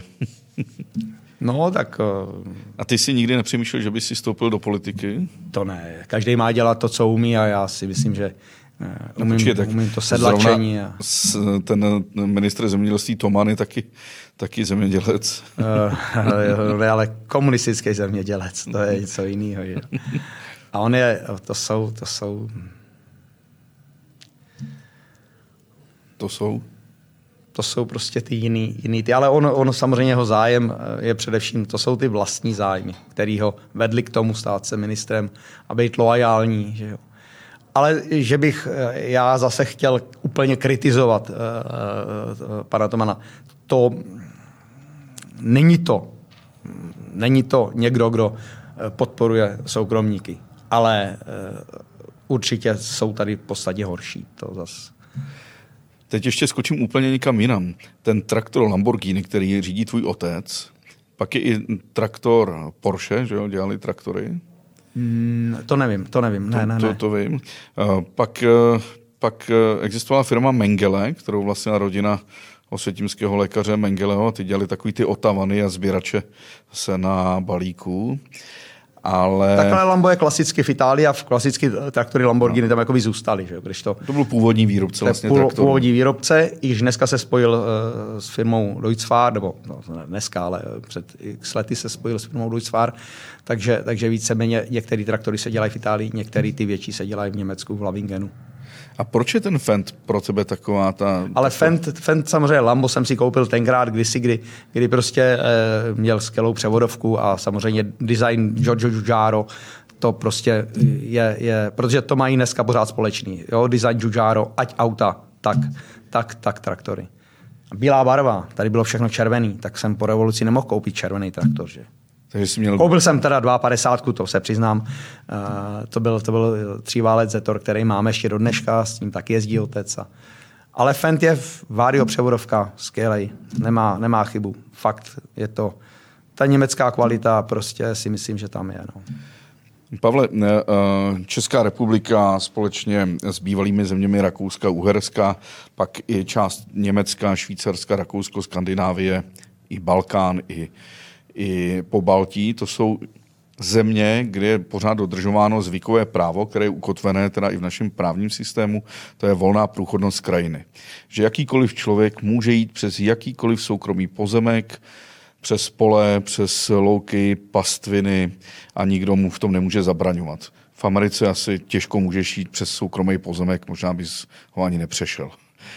Speaker 2: No, tak...
Speaker 1: A ty si nikdy nepřemýšlel, že bys si vstoupil do politiky?
Speaker 2: To ne. Každý má dělat to, co umí a já si myslím, že umím, no, počkej, umím to sedlačení. A...
Speaker 1: Ten ministr zemědělství Toman je taky, taky zemědělec.
Speaker 2: Ne, ale komunistický zemědělec, to je něco jiného. A on je, to jsou, to jsou...
Speaker 1: To jsou?
Speaker 2: To jsou prostě ty jiný, jiný ty, ale on, on samozřejmě jeho zájem je především, to jsou ty vlastní zájmy, který ho vedli k tomu stát se ministrem a být loajální, že jo. Ale že bych já zase chtěl úplně kritizovat uh, uh, pana Tomana, to není to. Není to někdo, kdo podporuje soukromníky, ale uh, určitě jsou tady v podstatě horší. To zas.
Speaker 1: Teď ještě skočím úplně někam jinam. Ten traktor Lamborghini, který řídí tvůj otec, pak je i traktor Porsche, že jo, dělali traktory?
Speaker 2: Mm, to nevím, to nevím. Ne,
Speaker 1: to,
Speaker 2: ne,
Speaker 1: to,
Speaker 2: ne.
Speaker 1: to vím. Uh, pak, uh, pak uh, existovala firma Mengele, kterou vlastnila rodina osvětimského lékaře Mengeleho a ty dělali takový ty otavany a sběrače se na balíku. Ale...
Speaker 2: Takhle Lambo je klasicky v Itálii a v klasicky traktory Lamborghini no. tam jakoby zůstaly. Že? Když to,
Speaker 1: to byl původní výrobce vlastně
Speaker 2: půl,
Speaker 1: traktorů. Původní
Speaker 2: výrobce, již dneska se spojil uh, s firmou Deutz-Fahr, nebo no, ne dneska, ale před x lety se spojil s firmou Deutz-Fahr, takže, takže víceméně některé traktory se dělají v Itálii, některé ty větší se dělají v Německu, v Lavingenu.
Speaker 1: A proč je ten Fendt pro tebe taková ta...
Speaker 2: Ale Fendt, Fendt samozřejmě, Lambo jsem si koupil tenkrát kdysi, kdy, kdy prostě e, měl skvělou převodovku a samozřejmě design Giorgio Giugiaro, to prostě je, je, protože to mají dneska pořád společný. Jo? Design Giugiaro, ať auta, tak, tak, tak traktory. Bílá barva, tady bylo všechno červený, tak jsem po revoluci nemohl koupit červený traktor, že?
Speaker 1: Takže jsi měl...
Speaker 2: Koupil jsem teda padesát dva, to se přiznám. Uh, to, byl, to byl tříválec Zetor, který máme ještě do dneška, s ním taky jezdí otec. A... Ale Fendt je Vario převodovka, skvělej, nemá, nemá chybu. Fakt je to, ta německá kvalita prostě si myslím, že tam je. No.
Speaker 1: Pavle, Česká republika společně s bývalými zeměmi Rakouska, Uherska, pak i část Německa, Švýcarska, Rakousko, Skandinávie, i Balkán, i i po Baltí, to jsou země, kde je pořád dodržováno zvykové právo, které je ukotvené teda i v našem právním systému, to je volná průchodnost krajiny. Že jakýkoliv člověk může jít přes jakýkoliv soukromý pozemek, přes pole, přes louky, pastviny a nikdo mu v tom nemůže zabraňovat. V Americe asi těžko můžeš jít přes soukromý pozemek, možná bys ho ani nepřešel.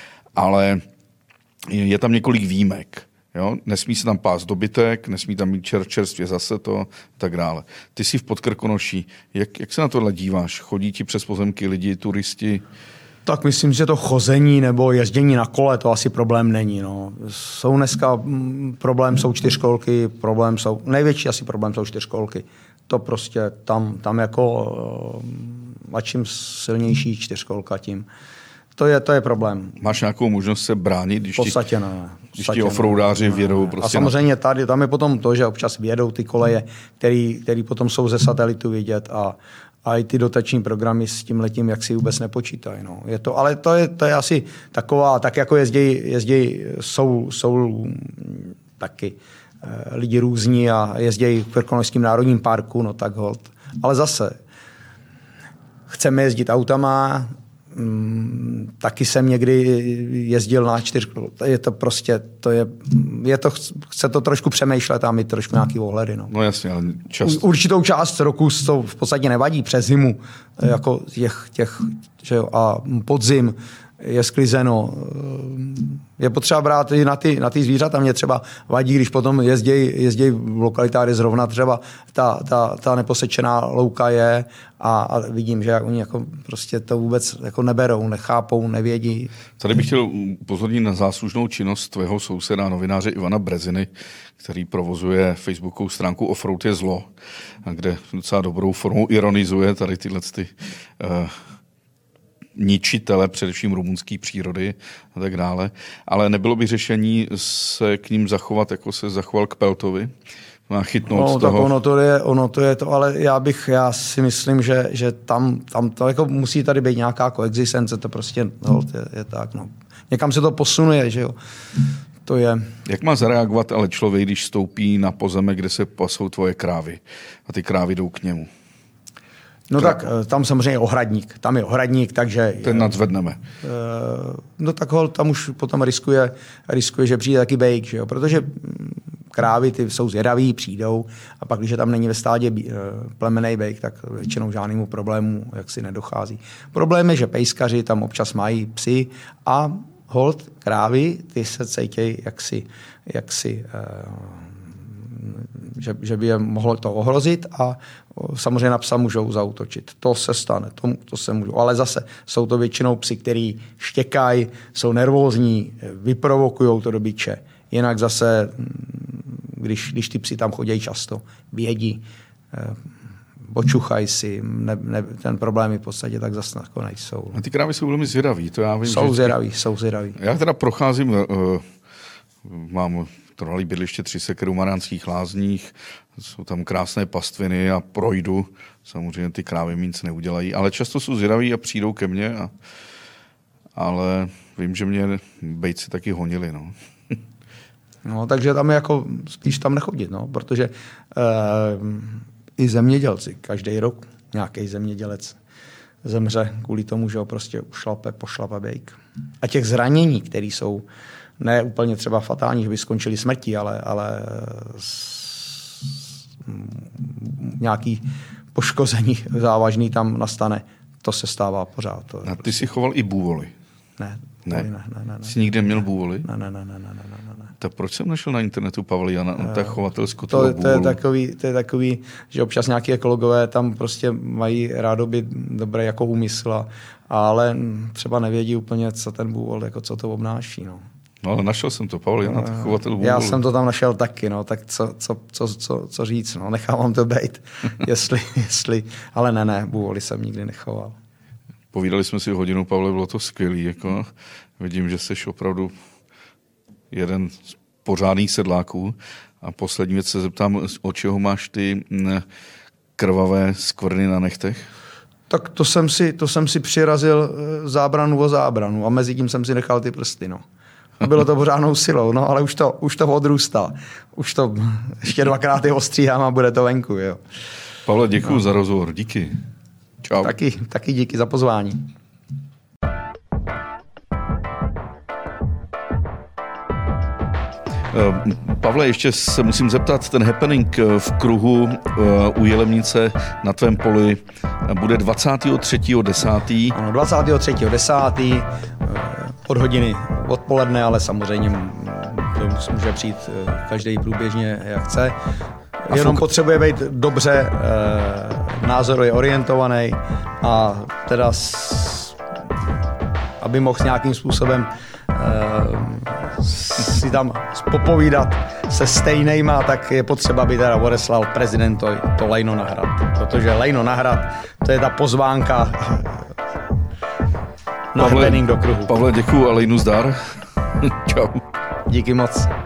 Speaker 1: Ale je tam několik výjimek. Jo? Nesmí se tam pást dobytek, nesmí tam mít čer, čerstvě zase to, tak dále. Ty jsi v Podkrkonoší. Jak, jak se na tohle díváš? Chodí ti přes pozemky lidi, turisti?
Speaker 2: Tak myslím, že to chození nebo jezdění na kole, to asi problém není. No. Jsou dneska, problém jsou čtyřkolky, problém jsou, největší asi problém jsou čtyřkolky. To prostě tam, tam jako, a čím silnější čtyřkolka, tím. To je, to je problém.
Speaker 1: Máš nějakou možnost se bránit, když
Speaker 2: v podstatě ti, ne.
Speaker 1: Když ti offroadáři vědou? Prostě
Speaker 2: a samozřejmě tady, tam je potom to, že občas vědou ty koleje, který, který potom jsou ze satelitu vidět a, a i ty dotační programy s tím letím, jak si vůbec nepočítají. No. Je to, ale to je, to je asi taková, tak jako jezdí, jezdí jsou, jsou taky eh, lidi různí a jezdí v Krkonošském národním parku, no tak holt. Ale zase, chceme jezdit autama, Mm, taky jsem někdy jezdil na čtyřkolu. Je to prostě, to je, je to, chce to trošku přemýšlet a mít trošku nějaký ohledy. No,
Speaker 1: no jasně, ale čas...
Speaker 2: Určitou část roku to v podstatě nevadí přes zimu, jako těch, těch že jo, a podzim je sklizeno. Je potřeba brát i na ty, na ty zvířata. Mě třeba vadí, když potom jezdí, jezdí v lokalitách, kde zrovna třeba ta, ta, ta neposečená louka je a, a vidím, že oni jako prostě to vůbec jako neberou, nechápou, nevědí.
Speaker 1: Tady bych chtěl upozornit na záslužnou činnost tvého souseda, novináře Ivana Breziny, který provozuje facebookovou stránku Offroad je zlo, kde docela dobrou formou ironizuje tady tyhle ty, uh, ničitele, především rumunské přírody a tak dále. Ale nebylo by řešení se k ním zachovat, jako se zachoval k Peltovi? Má chytnout
Speaker 2: no,
Speaker 1: z toho.
Speaker 2: Tak ono to je, ono to je to, ale já bych, já si myslím, že, že tam, tam to jako musí tady být nějaká koexistence, to prostě no, je, je tak, no. Někam se to posunuje, že jo. To je.
Speaker 1: Jak má zareagovat ale člověk, když stoupí na pozemek, kde se pasou tvoje krávy a ty krávy jdou k němu?
Speaker 2: No tak tam samozřejmě je ohradník, tam je ohradník, takže...
Speaker 1: Ten nadzvedneme.
Speaker 2: No tak hol, tam už potom riskuje, riskuje, že přijde taky bejk, že jo, protože krávy ty jsou zvědaví, přijdou a pak, když tam není ve stádě plemennej bejk, tak většinou žádnému problému jaksi nedochází. Problém je, že pejskaři tam občas mají psy a hold krávy, ty se cítějí jaksi, jaksi že, že by je mohlo to ohrozit a samozřejmě na psa můžou zaútočit. To se stane, to, to se můžou. Ale zase jsou to většinou psi, který štěkají, jsou nervózní, vyprovokují to do biče. Jinak zase, když, když ty psi tam chodí často, vědí, počuchají si, ne, ne, ten problémy v podstatě tak zase jako nejsou.
Speaker 1: A ty krávy jsou velmi zvědaví, to já vím.
Speaker 2: Jsou zvědaví, jsou zvědaví.
Speaker 1: Já teda procházím, uh, mám trvalý bydliště tři sekeru v Mariánských Lázních, jsou tam krásné pastviny a projdu, samozřejmě ty krávy mi nic neudělají, ale často jsou zvědaví a přijdou ke mně, a, ale vím, že mě bejci taky honili, no.
Speaker 2: No, takže tam je jako spíš tam nechodit, no, protože uh, i zemědělci, každý rok nějaký zemědělec zemře kvůli tomu, že ho prostě ušlape, pošlape bejk. A těch zranění, které jsou ne úplně třeba fatální, že by skončili smrtí, ale, ale s, nějaký poškození závažný tam nastane, to se stává pořád. To
Speaker 1: A ty
Speaker 2: prostě...
Speaker 1: jsi choval i bůvoly?
Speaker 2: Ne.
Speaker 1: Ne?
Speaker 2: Ne, ne, ne, ne.
Speaker 1: Jsi nikde měl bůvoly?
Speaker 2: Ne, ne, ne, ne, ne, ne, ne.
Speaker 1: Tak proč jsem našel na internetu Pavel Jana, uh, tak chovatelsko toho
Speaker 2: to, to, je
Speaker 1: bůvolu?
Speaker 2: takový, to je takový, že občas nějaký ekologové tam prostě mají rádoby dobré jako úmysl, ale třeba nevědí úplně, co ten bůvol, jako co to obnáší. No.
Speaker 1: No ale našel jsem to, Pavel Jana, tak chovatel bůvolu.
Speaker 2: Já jsem to tam našel taky, no, tak co, co, co, co, co říct, no, nechávám to být, jestli, jestli, ale ne, ne, bůvoly jsem nikdy nechoval.
Speaker 1: Povídali jsme si hodinu, Pavle, bylo to skvělý, jako vidím, že jsi opravdu jeden z pořádných sedláků. A poslední věc se zeptám, od čeho máš ty krvavé skvrny na nechtech?
Speaker 2: Tak to jsem si, to jsem si přirazil zábranu o zábranu a mezi tím jsem si nechal ty prsty, no. Bylo to pořádnou silou, no, ale už to, už to odrůstá. Už to ještě dvakrát je ostříhám a bude to venku, jo.
Speaker 1: Pavle, děkuju no. za rozhovor, díky. Čau.
Speaker 2: Taky, taky díky za pozvání.
Speaker 1: Pavle, ještě se musím zeptat, ten happening v kruhu u Jelemnice na tvém poli bude dvacátého třetího desátého
Speaker 2: Ano, dvacátého třetího desátého od hodiny odpoledne, ale samozřejmě to může přijít každý průběžně, jak chce. Jenom fuk... potřebuje být dobře eh, názorově orientovaný a teda s, aby mohl nějakým způsobem eh, si tam popovídat se stejnejma, tak je potřeba, aby teda odeslal prezidentovi to lejno na hrad. Protože lejno na hrad, to je ta pozvánka na happening do kruhu.
Speaker 1: Pavle, děkuju a lejnu zdar. Čau.
Speaker 2: Díky moc.